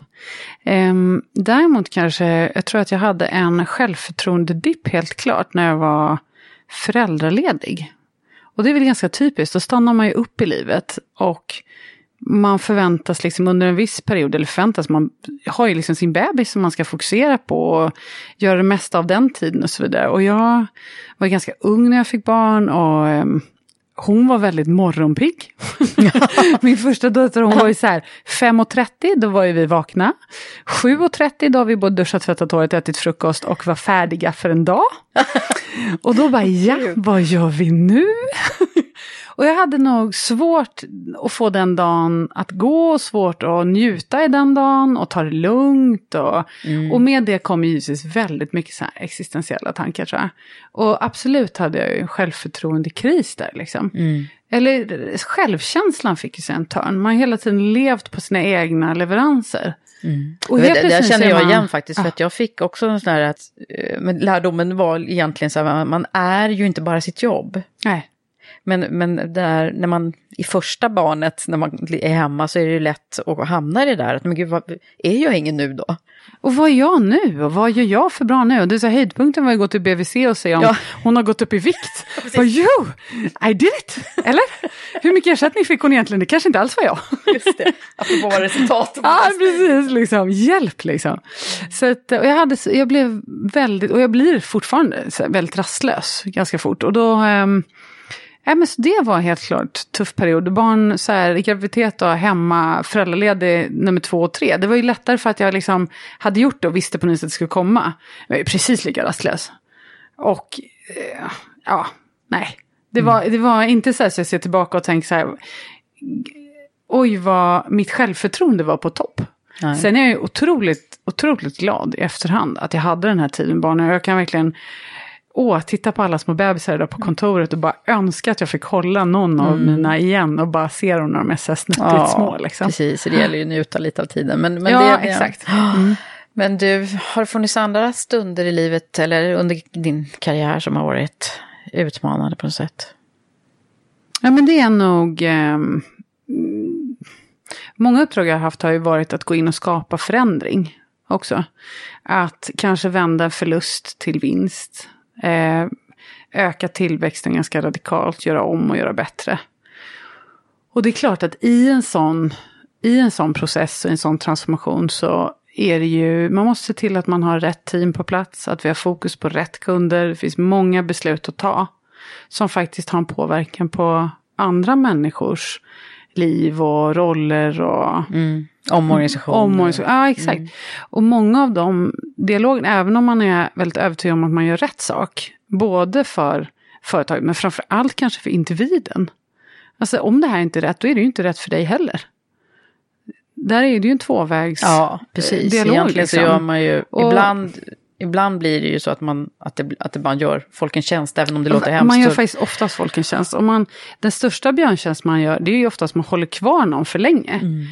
Speaker 7: Däremot kanske, jag tror att jag hade en självförtroende-dipp helt klart när jag var föräldraledig. Och det är väl ganska typiskt. Då stannar man ju upp i livet och man förväntas liksom under en viss period, eller man har ju liksom sin bebis som man ska fokusera på och göra det mesta av den tiden och så vidare. Och jag var ganska ung när jag fick barn och hon var väldigt morgonpigg. Min första dotter, hon var ju så här 5:30, då var ju vi vakna. 7:30, då har vi både duschat, tvättat håret, ätit frukost och var färdiga för en dag. Och då bara, vad gör vi nu? Och jag hade nog svårt att få den dagen att gå, svårt att njuta i den dagen och ta det lugnt. Och med det kom ju väldigt mycket så här existentiella tankar, tror jag. Och absolut hade jag ju självförtroendekris där liksom. Eller självkänslan fick ju sig en törn. Man har hela tiden levt på sina egna leveranser.
Speaker 9: Och det känner jag igen faktiskt, för att jag fick också en sån här att lärdomen var egentligen så här, man är ju inte bara sitt jobb.
Speaker 7: Nej.
Speaker 9: Men där, när man i första barnet, när man är hemma, så är det ju lätt att hamna i det där. Att, men gud, är jag ingen nu då?
Speaker 7: Och vad är jag nu? Och vad gör jag för bra nu? Och det är så höjdpunkten var att gå till BVC och se om hon har gått upp i vikt. But I did it! Eller? Hur mycket ersättning fick hon egentligen? Det kanske inte alls var jag.
Speaker 9: Just det, apropå resultat.
Speaker 7: Ja, precis. Liksom. Hjälp liksom. Så att, och jag blev väldigt, och jag blir fortfarande väldigt rastlös ganska fort. Och då... men så det var helt klart tuff period. Barn så här, i graviditet och hemma, föräldraledig nummer 2 och 3. Det var ju lättare för att jag liksom hade gjort det och visste på något sätt att det skulle komma. Jag var precis lika rastlös. Och nej. Det var inte så här så jag ser tillbaka och tänker så här, oj vad mitt självförtroende var på topp. Nej. Sen är jag ju otroligt glad i efterhand att jag hade den här tiden med barnen. Jag kan verkligen... titta på alla små bebisar där på kontoret och bara önska att jag fick hålla någon av mina igen och bara se dem när de är så snuttigt små. Liksom.
Speaker 9: Precis, det gäller ju att njuta lite av tiden. Men
Speaker 7: exakt.
Speaker 9: Men du, har det funnits andra stunder i livet eller under din karriär som har varit utmanande på något sätt?
Speaker 7: Ja, men det är nog... många uppdrag jag har haft har ju varit att gå in och skapa förändring också. Att kanske vända förlust till vinst. Öka tillväxten ganska radikalt, göra om och göra bättre. Och det är klart att i en sån process och en sån transformation så är det ju, man måste se till att man har rätt team på plats, att vi har fokus på rätt kunder. Det finns många beslut att ta som faktiskt har en påverkan på andra människors liv och roller och
Speaker 9: omorganisation.
Speaker 7: Ja, exakt. Och många av de dialogerna, även om man är väldigt övertygad om att man gör rätt sak, både för företaget men framförallt kanske för individen. Alltså om det här är inte rätt, då är det ju inte rätt för dig heller. Där är det ju en tvåvägs
Speaker 9: precis.
Speaker 7: Dialog.
Speaker 9: Egentligen
Speaker 7: liksom.
Speaker 9: Så gör man ju ibland blir det ju så att man gör folk en tjänst, även om det låter hemskt.
Speaker 7: Man gör faktiskt oftast folk en tjänst. Den största björntjänst man gör, det är ju oftast att man håller kvar någon för länge.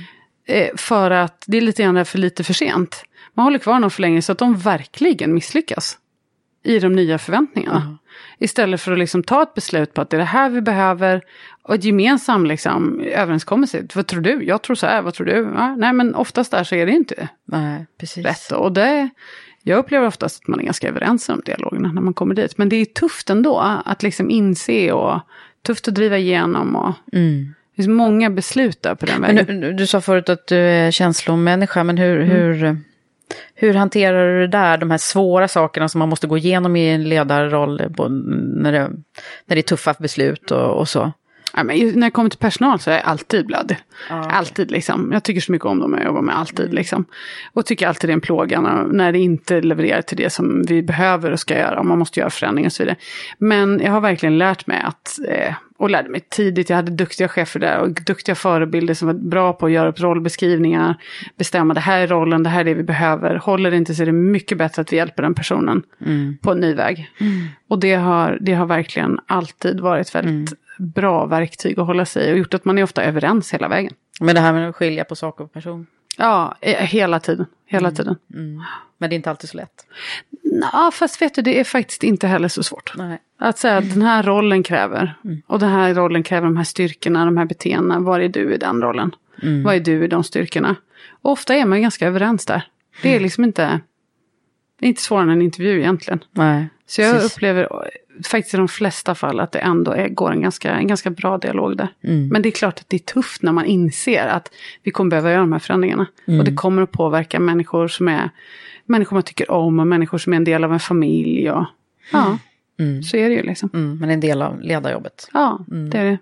Speaker 7: För att det är lite grann för lite för sent. Man håller kvar någon för länge så att de verkligen misslyckas i de nya förväntningarna. Istället för att liksom ta ett beslut på att det är det här vi behöver och ett gemensam liksom överenskommelse. Vad tror du? Jag tror så här, vad tror du? Ja, nej, men oftast där så är det inte rätt. Och jag upplever oftast att man är ganska överens om dialogerna när man kommer dit. Men det är tufft ändå att liksom inse och tufft att driva igenom och det finns många beslut där på den vägen.
Speaker 9: Men du sa förut att du är känslomänniska, men hur hanterar du det där, de här svåra sakerna som man måste gå igenom i en ledarroll när det är tuffa beslut och så?
Speaker 7: Ja, men när jag kommer till personal så är jag alltid blödig. Alltid liksom. Jag tycker så mycket om dem och jag jobbar med alltid liksom. Och tycker alltid det är en plåga när det inte levererar till det som vi behöver och ska göra. Och man måste göra förändringar och så vidare. Men jag har verkligen lärt mig och lärde mig tidigt. Jag hade duktiga chefer där och duktiga förebilder som var bra på att göra upp rollbeskrivningar. Bestämma det här är rollen, det här är det vi behöver. Håller det inte så är det mycket bättre att vi hjälper den personen på en ny väg. Och det har verkligen alltid varit väldigt bra verktyg att hålla sig och gjort att man är ofta överens hela vägen.
Speaker 9: Men det här med att skilja på sak och person?
Speaker 7: Ja, hela tiden.
Speaker 9: Men det är inte alltid så lätt.
Speaker 7: Ja, fast vet du, det är faktiskt inte heller så svårt.
Speaker 9: Nej.
Speaker 7: Att säga att den här rollen kräver. Och den här rollen kräver de här styrkorna, de här beteendena. Var är du i den rollen? Vad är du i de styrkorna? Och ofta är man ganska överens där. Det är liksom inte svårare än en intervju egentligen.
Speaker 9: Nej.
Speaker 7: Så jag upplever faktiskt i de flesta fall att det ändå går en ganska bra dialog där. Men det är klart att det är tufft när man inser att vi kommer behöva göra de här förändringarna. Och det kommer att påverka människor man tycker om och människor som är en del av en familj. Och, så är det ju liksom.
Speaker 9: Men en del av ledarjobbet.
Speaker 7: Ja, det är det.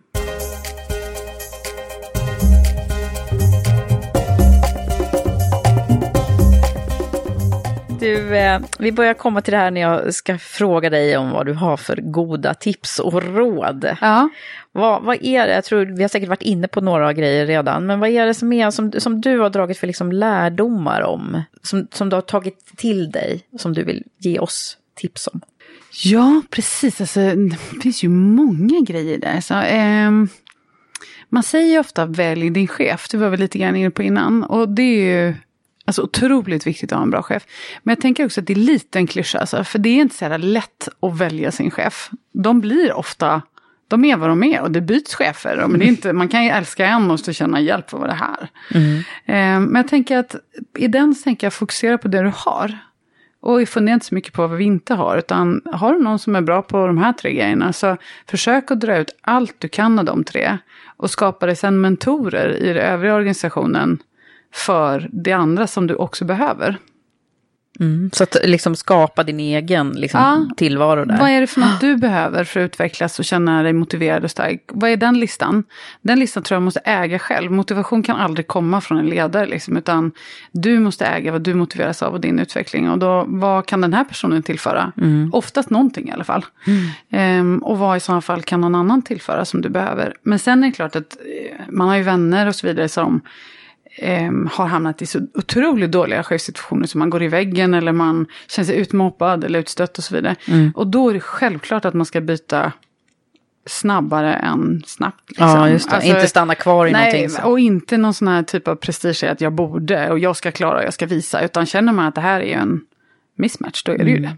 Speaker 9: Vi börjar komma till det här när jag ska fråga dig om vad du har för goda tips och råd.
Speaker 7: Ja.
Speaker 9: Vad är det? Jag tror vi har säkert varit inne på några grejer redan. Men vad är det som du har dragit för liksom lärdomar om? Som du har tagit till dig, som du vill ge oss tips om?
Speaker 7: Ja, precis. Alltså, det finns ju många grejer där. Så, man säger ju ofta välj din chef. Det var vi lite grann inne på innan. Och det är ju alltså otroligt viktigt att ha en bra chef. Men jag tänker också att det är lite en klyscha. Alltså, för det är inte så här lätt att välja sin chef. De är vad de är och det byts chefer. Men det är inte, man kan ju älska en och så känna hjälp för vad det här. Men jag tänker att i den så tänker jag fokusera på det du har. Och fundera inte så mycket på vad vi inte har. Utan har du någon som är bra på de här 3 grejerna så försök att dra ut allt du kan av de 3. Och skapa dig sedan mentorer i den övriga organisationen för det andra som du också behöver.
Speaker 9: Så att liksom skapa din egen tillvaro där.
Speaker 7: Vad är det för något du behöver för att utvecklas och känna dig motiverad och stark? Vad är den listan? Den listan tror jag måste äga själv. Motivation kan aldrig komma från en ledare liksom, utan du måste äga vad du motiveras av och din utveckling. Och då, vad kan den här personen tillföra? Oftast någonting i alla fall. Och vad i sådana fall kan någon annan tillföra som du behöver? Men sen är det klart att man har ju vänner och så vidare som har hamnat i så otroligt dåliga chefssituationer som man går i väggen eller man känner sig utmobbad eller utstött och så vidare. Och då är det självklart att man ska byta snabbare än snabbt. Liksom.
Speaker 9: Ja, just det. Alltså, inte stanna kvar i någonting. Så.
Speaker 7: Och inte någon sån här typ av prestige att jag borde och jag ska klara och jag ska visa. Utan känner man att det här är ju en mismatch, då är det ju det.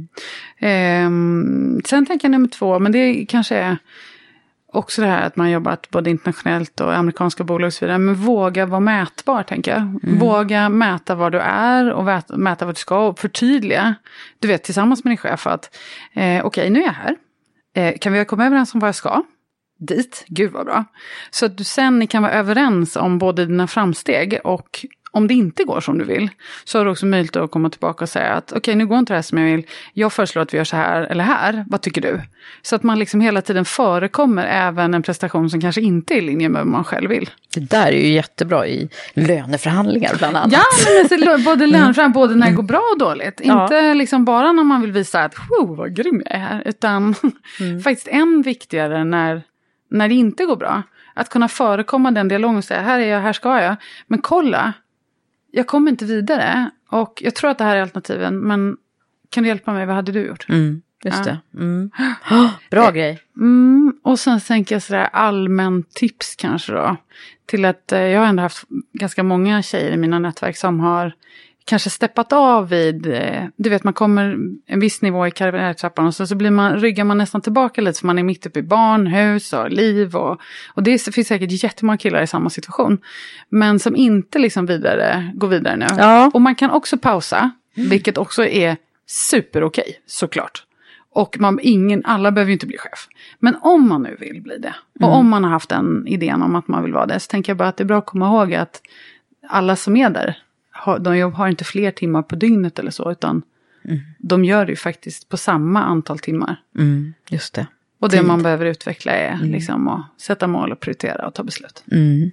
Speaker 7: Sen tänker jag nummer 2, men det kanske är också det här att man jobbat både internationellt och amerikanska bolag och så vidare. Men våga vara mätbar, tänker jag. Våga mäta var du är och mäta vad du ska och förtydliga. Du vet, tillsammans med din chef att okej, nu är jag här. Kan vi komma överens om vad jag ska? Dit, gud vad bra. Så att ni kan vara överens om både dina framsteg och om det inte går som du vill så har du också möjlighet att komma tillbaka och säga att okej, nu går inte det här som jag vill. Jag föreslår att vi gör så här eller här. Vad tycker du? Så att man liksom hela tiden förekommer även en prestation som kanske inte är i linje med vad man själv vill.
Speaker 9: Det där är ju jättebra i löneförhandlingar bland annat.
Speaker 7: Ja, men både löneförhandlingar, både när det går bra och dåligt. Inte liksom bara när man vill visa att vad grym jag är här. Utan faktiskt än viktigare när det inte går bra. Att kunna förekomma den dialogen och säga här är jag, här ska jag. Men kolla. Jag kommer inte vidare och jag tror att det här är alternativen, men kan du hjälpa mig, vad hade du gjort?
Speaker 9: just det. Bra grej.
Speaker 7: Och sen tänker jag sådär allmän tips kanske då. Till att jag har ändå haft ganska många tjejer i mina nätverk som har kanske steppat av vid, du vet man kommer en viss nivå i karriärtrappan och så ryggar man nästan tillbaka lite för man är mitt uppe i barn, hus och liv och det finns säkert jättemånga killar i samma situation men som inte liksom går vidare nu. Ja. Och man kan också pausa, vilket också är super okej, såklart. Och alla behöver ju inte bli chef. Men om man nu vill bli det och om man har haft den idén om att man vill vara det så tänker jag bara att det är bra att komma ihåg att alla som är där de har inte fler timmar på dygnet eller så utan de gör det ju faktiskt på samma antal timmar.
Speaker 9: Just det.
Speaker 7: Och det man behöver utveckla är liksom att sätta mål och prioritera och ta beslut.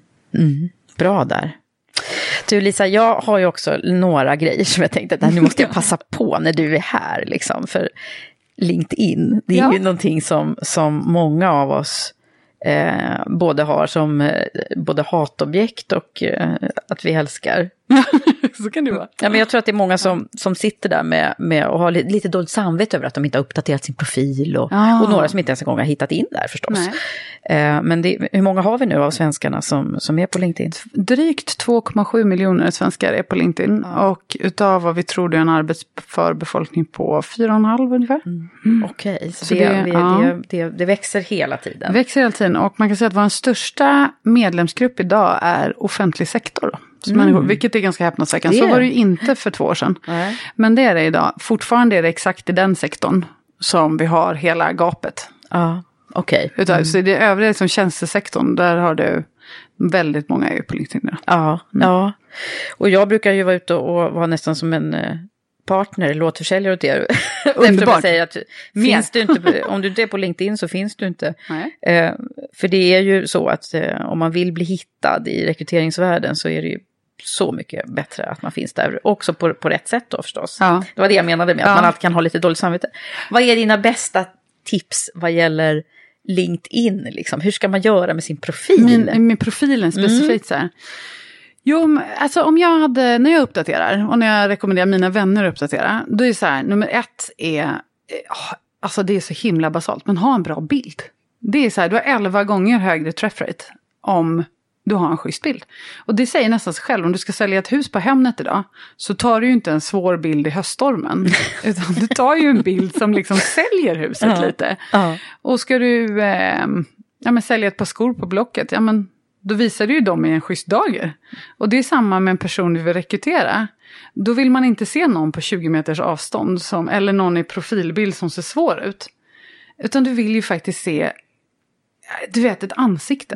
Speaker 9: Bra där. Du Lisa, jag har ju också några grejer som jag tänkte att nu måste jag passa på när du är här liksom, för LinkedIn, det är ju någonting som många av oss både har som både hatobjekt och att vi älskar.
Speaker 7: Så kan det vara.
Speaker 9: Ja, men jag tror att det är många som sitter där med och har lite dåligt samvete över att de inte har uppdaterat sin profil och några som inte ens en gång har hittat in där förstås. Men hur många har vi nu av svenskarna som är på LinkedIn?
Speaker 7: Drygt 2,7 miljoner svenskar är på LinkedIn och utav vad vi tror det är en arbetsför befolkning på 4,5 ungefär.
Speaker 9: Okej, så det växer hela tiden.
Speaker 7: Det växer hela tiden och man kan säga att vår största medlemsgrupp idag är offentlig sektor då. Människor, vilket är ganska häpnadsväckande. Så var det ju inte för 2 år sedan. Men det är det idag. Fortfarande är det exakt i den sektorn som vi har hela gapet.
Speaker 9: Ja, okej.
Speaker 7: Så det övriga som tjänstesektorn, där har du väldigt många på LinkedIn.
Speaker 9: Ja. Och jag brukar ju vara ute och vara nästan som en partner, låtförsäljare åt er. Underbart. Att säga att finns du inte, om du inte är på LinkedIn så finns du inte. För det är ju så att om man vill bli hittad i rekryteringsvärlden så är det ju så mycket bättre att man finns där. Också på rätt sätt då förstås. Ja. Det var det jag menade med att man alltid kan ha lite dåligt samvete. Vad är dina bästa tips vad gäller LinkedIn? Liksom? Hur ska man göra med sin profil?
Speaker 7: Med profilen specifikt så här. Jo, alltså när jag uppdaterar och när jag rekommenderar mina vänner att uppdatera, då är det så här, nummer 1 är, alltså det är så himla basalt, men ha en bra bild. Det är så här, du har 11 gånger högre träff rate om du har en schysst bild. Och det säger nästan sig själv, om du ska sälja ett hus på Hemnet idag så tar du ju inte en svår bild i höststormen, utan du tar ju en bild som liksom säljer huset lite. Och ska du sälja ett par skor på Blocket, då visar du ju dem i en schysst dager. Och det är samma med en person du vill rekrytera. Då vill man inte se någon på 20 meters avstånd eller någon i profilbild som ser svår ut. Utan du vill ju faktiskt se, du vet, ett ansikte.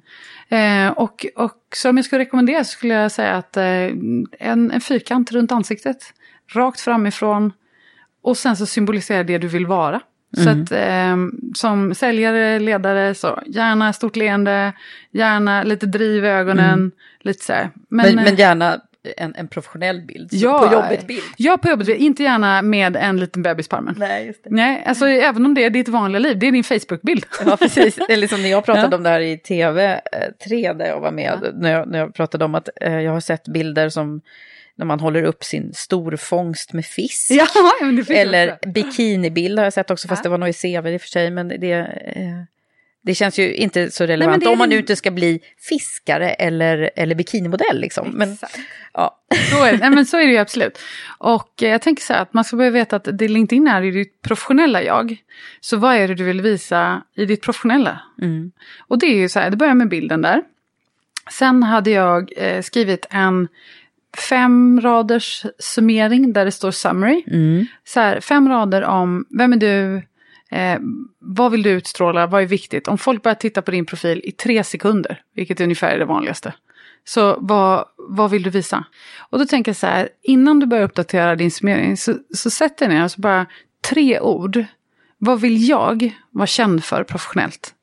Speaker 7: Och så om jag ska rekommendera så skulle jag säga att en fyrkant runt ansiktet. Rakt framifrån. Och sen så symboliserar det du vill vara. Så att som säljare, ledare, så gärna stort leende, gärna lite driv i ögonen, lite så här.
Speaker 9: Men gärna en professionell bild, på jobbet bild.
Speaker 7: Ja, på jobbet bild, inte gärna med en liten bebis på armen.
Speaker 9: Nej, just det.
Speaker 7: Nej, alltså även om det är ditt vanliga liv, det är din Facebook-bild.
Speaker 9: Ja, precis. Det är liksom när jag pratade om det här i TV3 där jag var med, när jag pratade om att jag har sett bilder som när man håller upp sin storfångst med fisk.
Speaker 7: Ja, men det finns
Speaker 9: eller
Speaker 7: också.
Speaker 9: Bikinibild har jag sett också, fast det var nog i CV i och för sig. Men det känns ju inte så relevant. Nej, om man nu inte ska bli fiskare eller bikinimodell. Liksom. Men, ja.
Speaker 7: Så är det ju absolut. Och jag tänker så här att man ska börja veta att det LinkedIn är i ditt professionella jag. Så vad är det du vill visa i ditt professionella? Och det är ju så här, det börjar med bilden där. Sen hade jag skrivit en 5 raders summering där det står summary. Så här, 5 rader om vem är du, vad vill du utstråla, vad är viktigt. Om folk börjar titta på din profil i 3 sekunder, vilket är ungefär det vanligaste. Så vad vill du visa? Och då tänker jag så här, innan du börjar uppdatera din summering så sätter jag ner och så bara 3 ord. Vad vill jag vara känd för professionellt?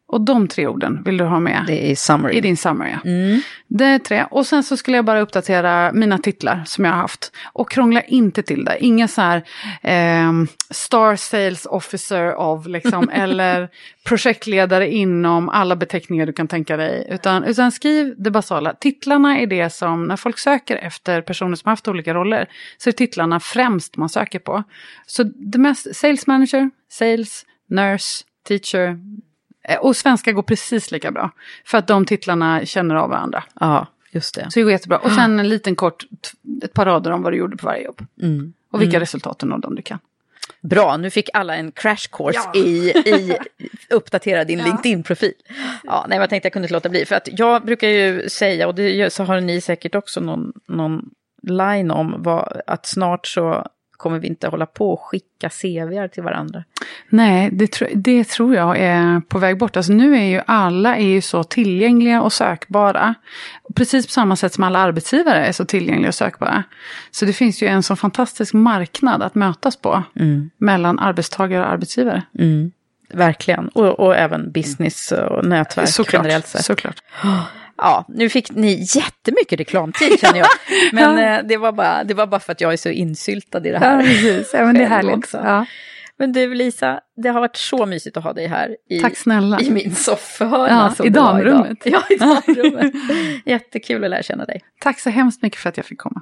Speaker 7: Och de 3 orden vill du ha med
Speaker 9: det är summary.
Speaker 7: I din summary. Det är 3. Och sen så skulle jag bara uppdatera mina titlar som jag har haft. Och krångla inte till det. Inga så här Star Sales Officer of liksom, eller projektledare inom alla beteckningar du kan tänka dig. Utan skriv det basala. Titlarna är det som, när folk söker efter personer som har haft olika roller, så är titlarna främst man söker på. Så det mest, Sales Manager, Sales, Nurse, Teacher. Och svenska går precis lika bra. För att de titlarna känner av varandra.
Speaker 9: Ja, just det.
Speaker 7: Så det går jättebra. Och sen en liten kort, ett par rader om vad du gjorde på varje jobb. Och vilka resultaten av dem du kan.
Speaker 9: Bra, nu fick alla en crash course i uppdatera din LinkedIn-profil. Ja, nej, jag tänkte jag kunde inte låta bli. För att jag brukar ju säga, och det så har ni säkert också någon line om, att snart så kommer vi inte hålla på och skicka CV:ar till varandra.
Speaker 7: Nej, det tror jag är på väg bort. Alltså nu är ju alla så tillgängliga och sökbara. Precis på samma sätt som alla arbetsgivare är så tillgängliga och sökbara. Så det finns ju en sån fantastisk marknad att mötas på. Mellan arbetstagare och arbetsgivare.
Speaker 9: Verkligen. Och även business och nätverk generellt sett.
Speaker 7: Såklart.
Speaker 9: Ja, nu fick ni jättemycket reklamtid känner jag. Men det var bara för att jag är så insyltad i det här.
Speaker 7: Ja, precis. Ja, men det är härligt. Ja.
Speaker 9: Men du Lisa, det har varit så mysigt att ha dig här
Speaker 7: Tack snälla.
Speaker 9: I min soffhörna.
Speaker 7: Ja, i damrummet.
Speaker 9: Ja, i damrummet. Jättekul att lära känna dig.
Speaker 7: Tack så hemskt mycket för att jag fick komma.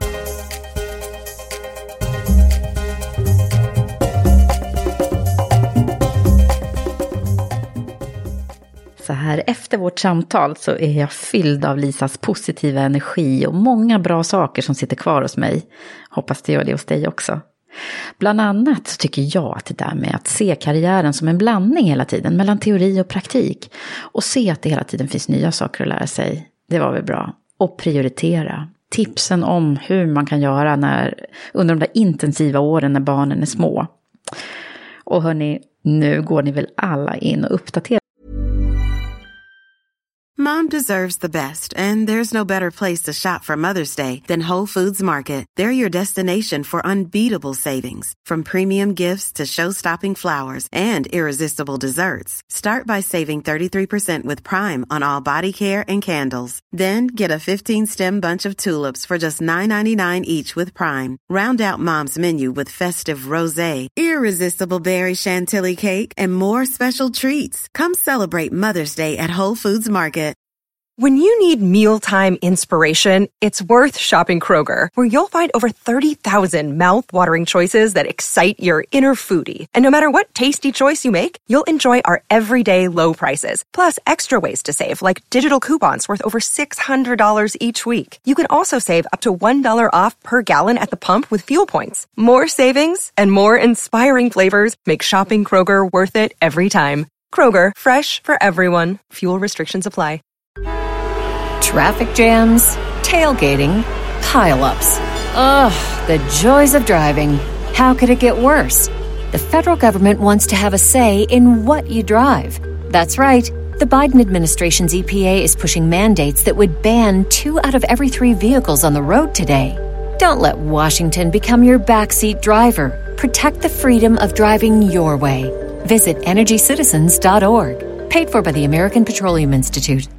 Speaker 8: Så här efter vårt samtal så är jag fylld av Lisas positiva energi och många bra saker som sitter kvar hos mig. Hoppas det gör det hos dig också. Bland annat så tycker jag att det där med att se karriären som en blandning hela tiden mellan teori och praktik och se att det hela tiden finns nya saker att lära sig, det var väl bra. Och prioritera. Tipsen om hur man kan göra under de där intensiva åren när barnen är små. Och hörni, nu går ni väl alla in och uppdaterar.
Speaker 14: Mom deserves the best, and there's no better place to shop for Mother's Day than Whole Foods Market. They're your destination for unbeatable savings, from premium gifts to show-stopping flowers and irresistible desserts. Start by saving 33% with Prime on all body care and candles. Then get a 15-stem bunch of tulips for just $9.99 each with Prime. Round out Mom's menu with festive rosé, irresistible berry chantilly cake, and more special treats. Come celebrate Mother's Day at Whole Foods Market.
Speaker 15: When you need mealtime inspiration, it's worth shopping Kroger, where you'll find over 30,000 mouth-watering choices that excite your inner foodie. And no matter what tasty choice you make, you'll enjoy our everyday low prices, plus extra ways to save, like digital coupons worth over $600 each week. You can also save up to $1 off per gallon at the pump with fuel points. More savings and more inspiring flavors make shopping Kroger worth it every time. Kroger, fresh for everyone. Fuel restrictions apply.
Speaker 11: Traffic jams, tailgating, pile-ups. Ugh, the joys of driving. How could it get worse? The federal government wants to have a say in what you drive. That's right. The Biden administration's EPA is pushing mandates that would ban 2 out of every 3 vehicles on the road today. Don't let Washington become your backseat driver. Protect the freedom of driving your way. Visit EnergyCitizens.org. Paid for by the American Petroleum Institute.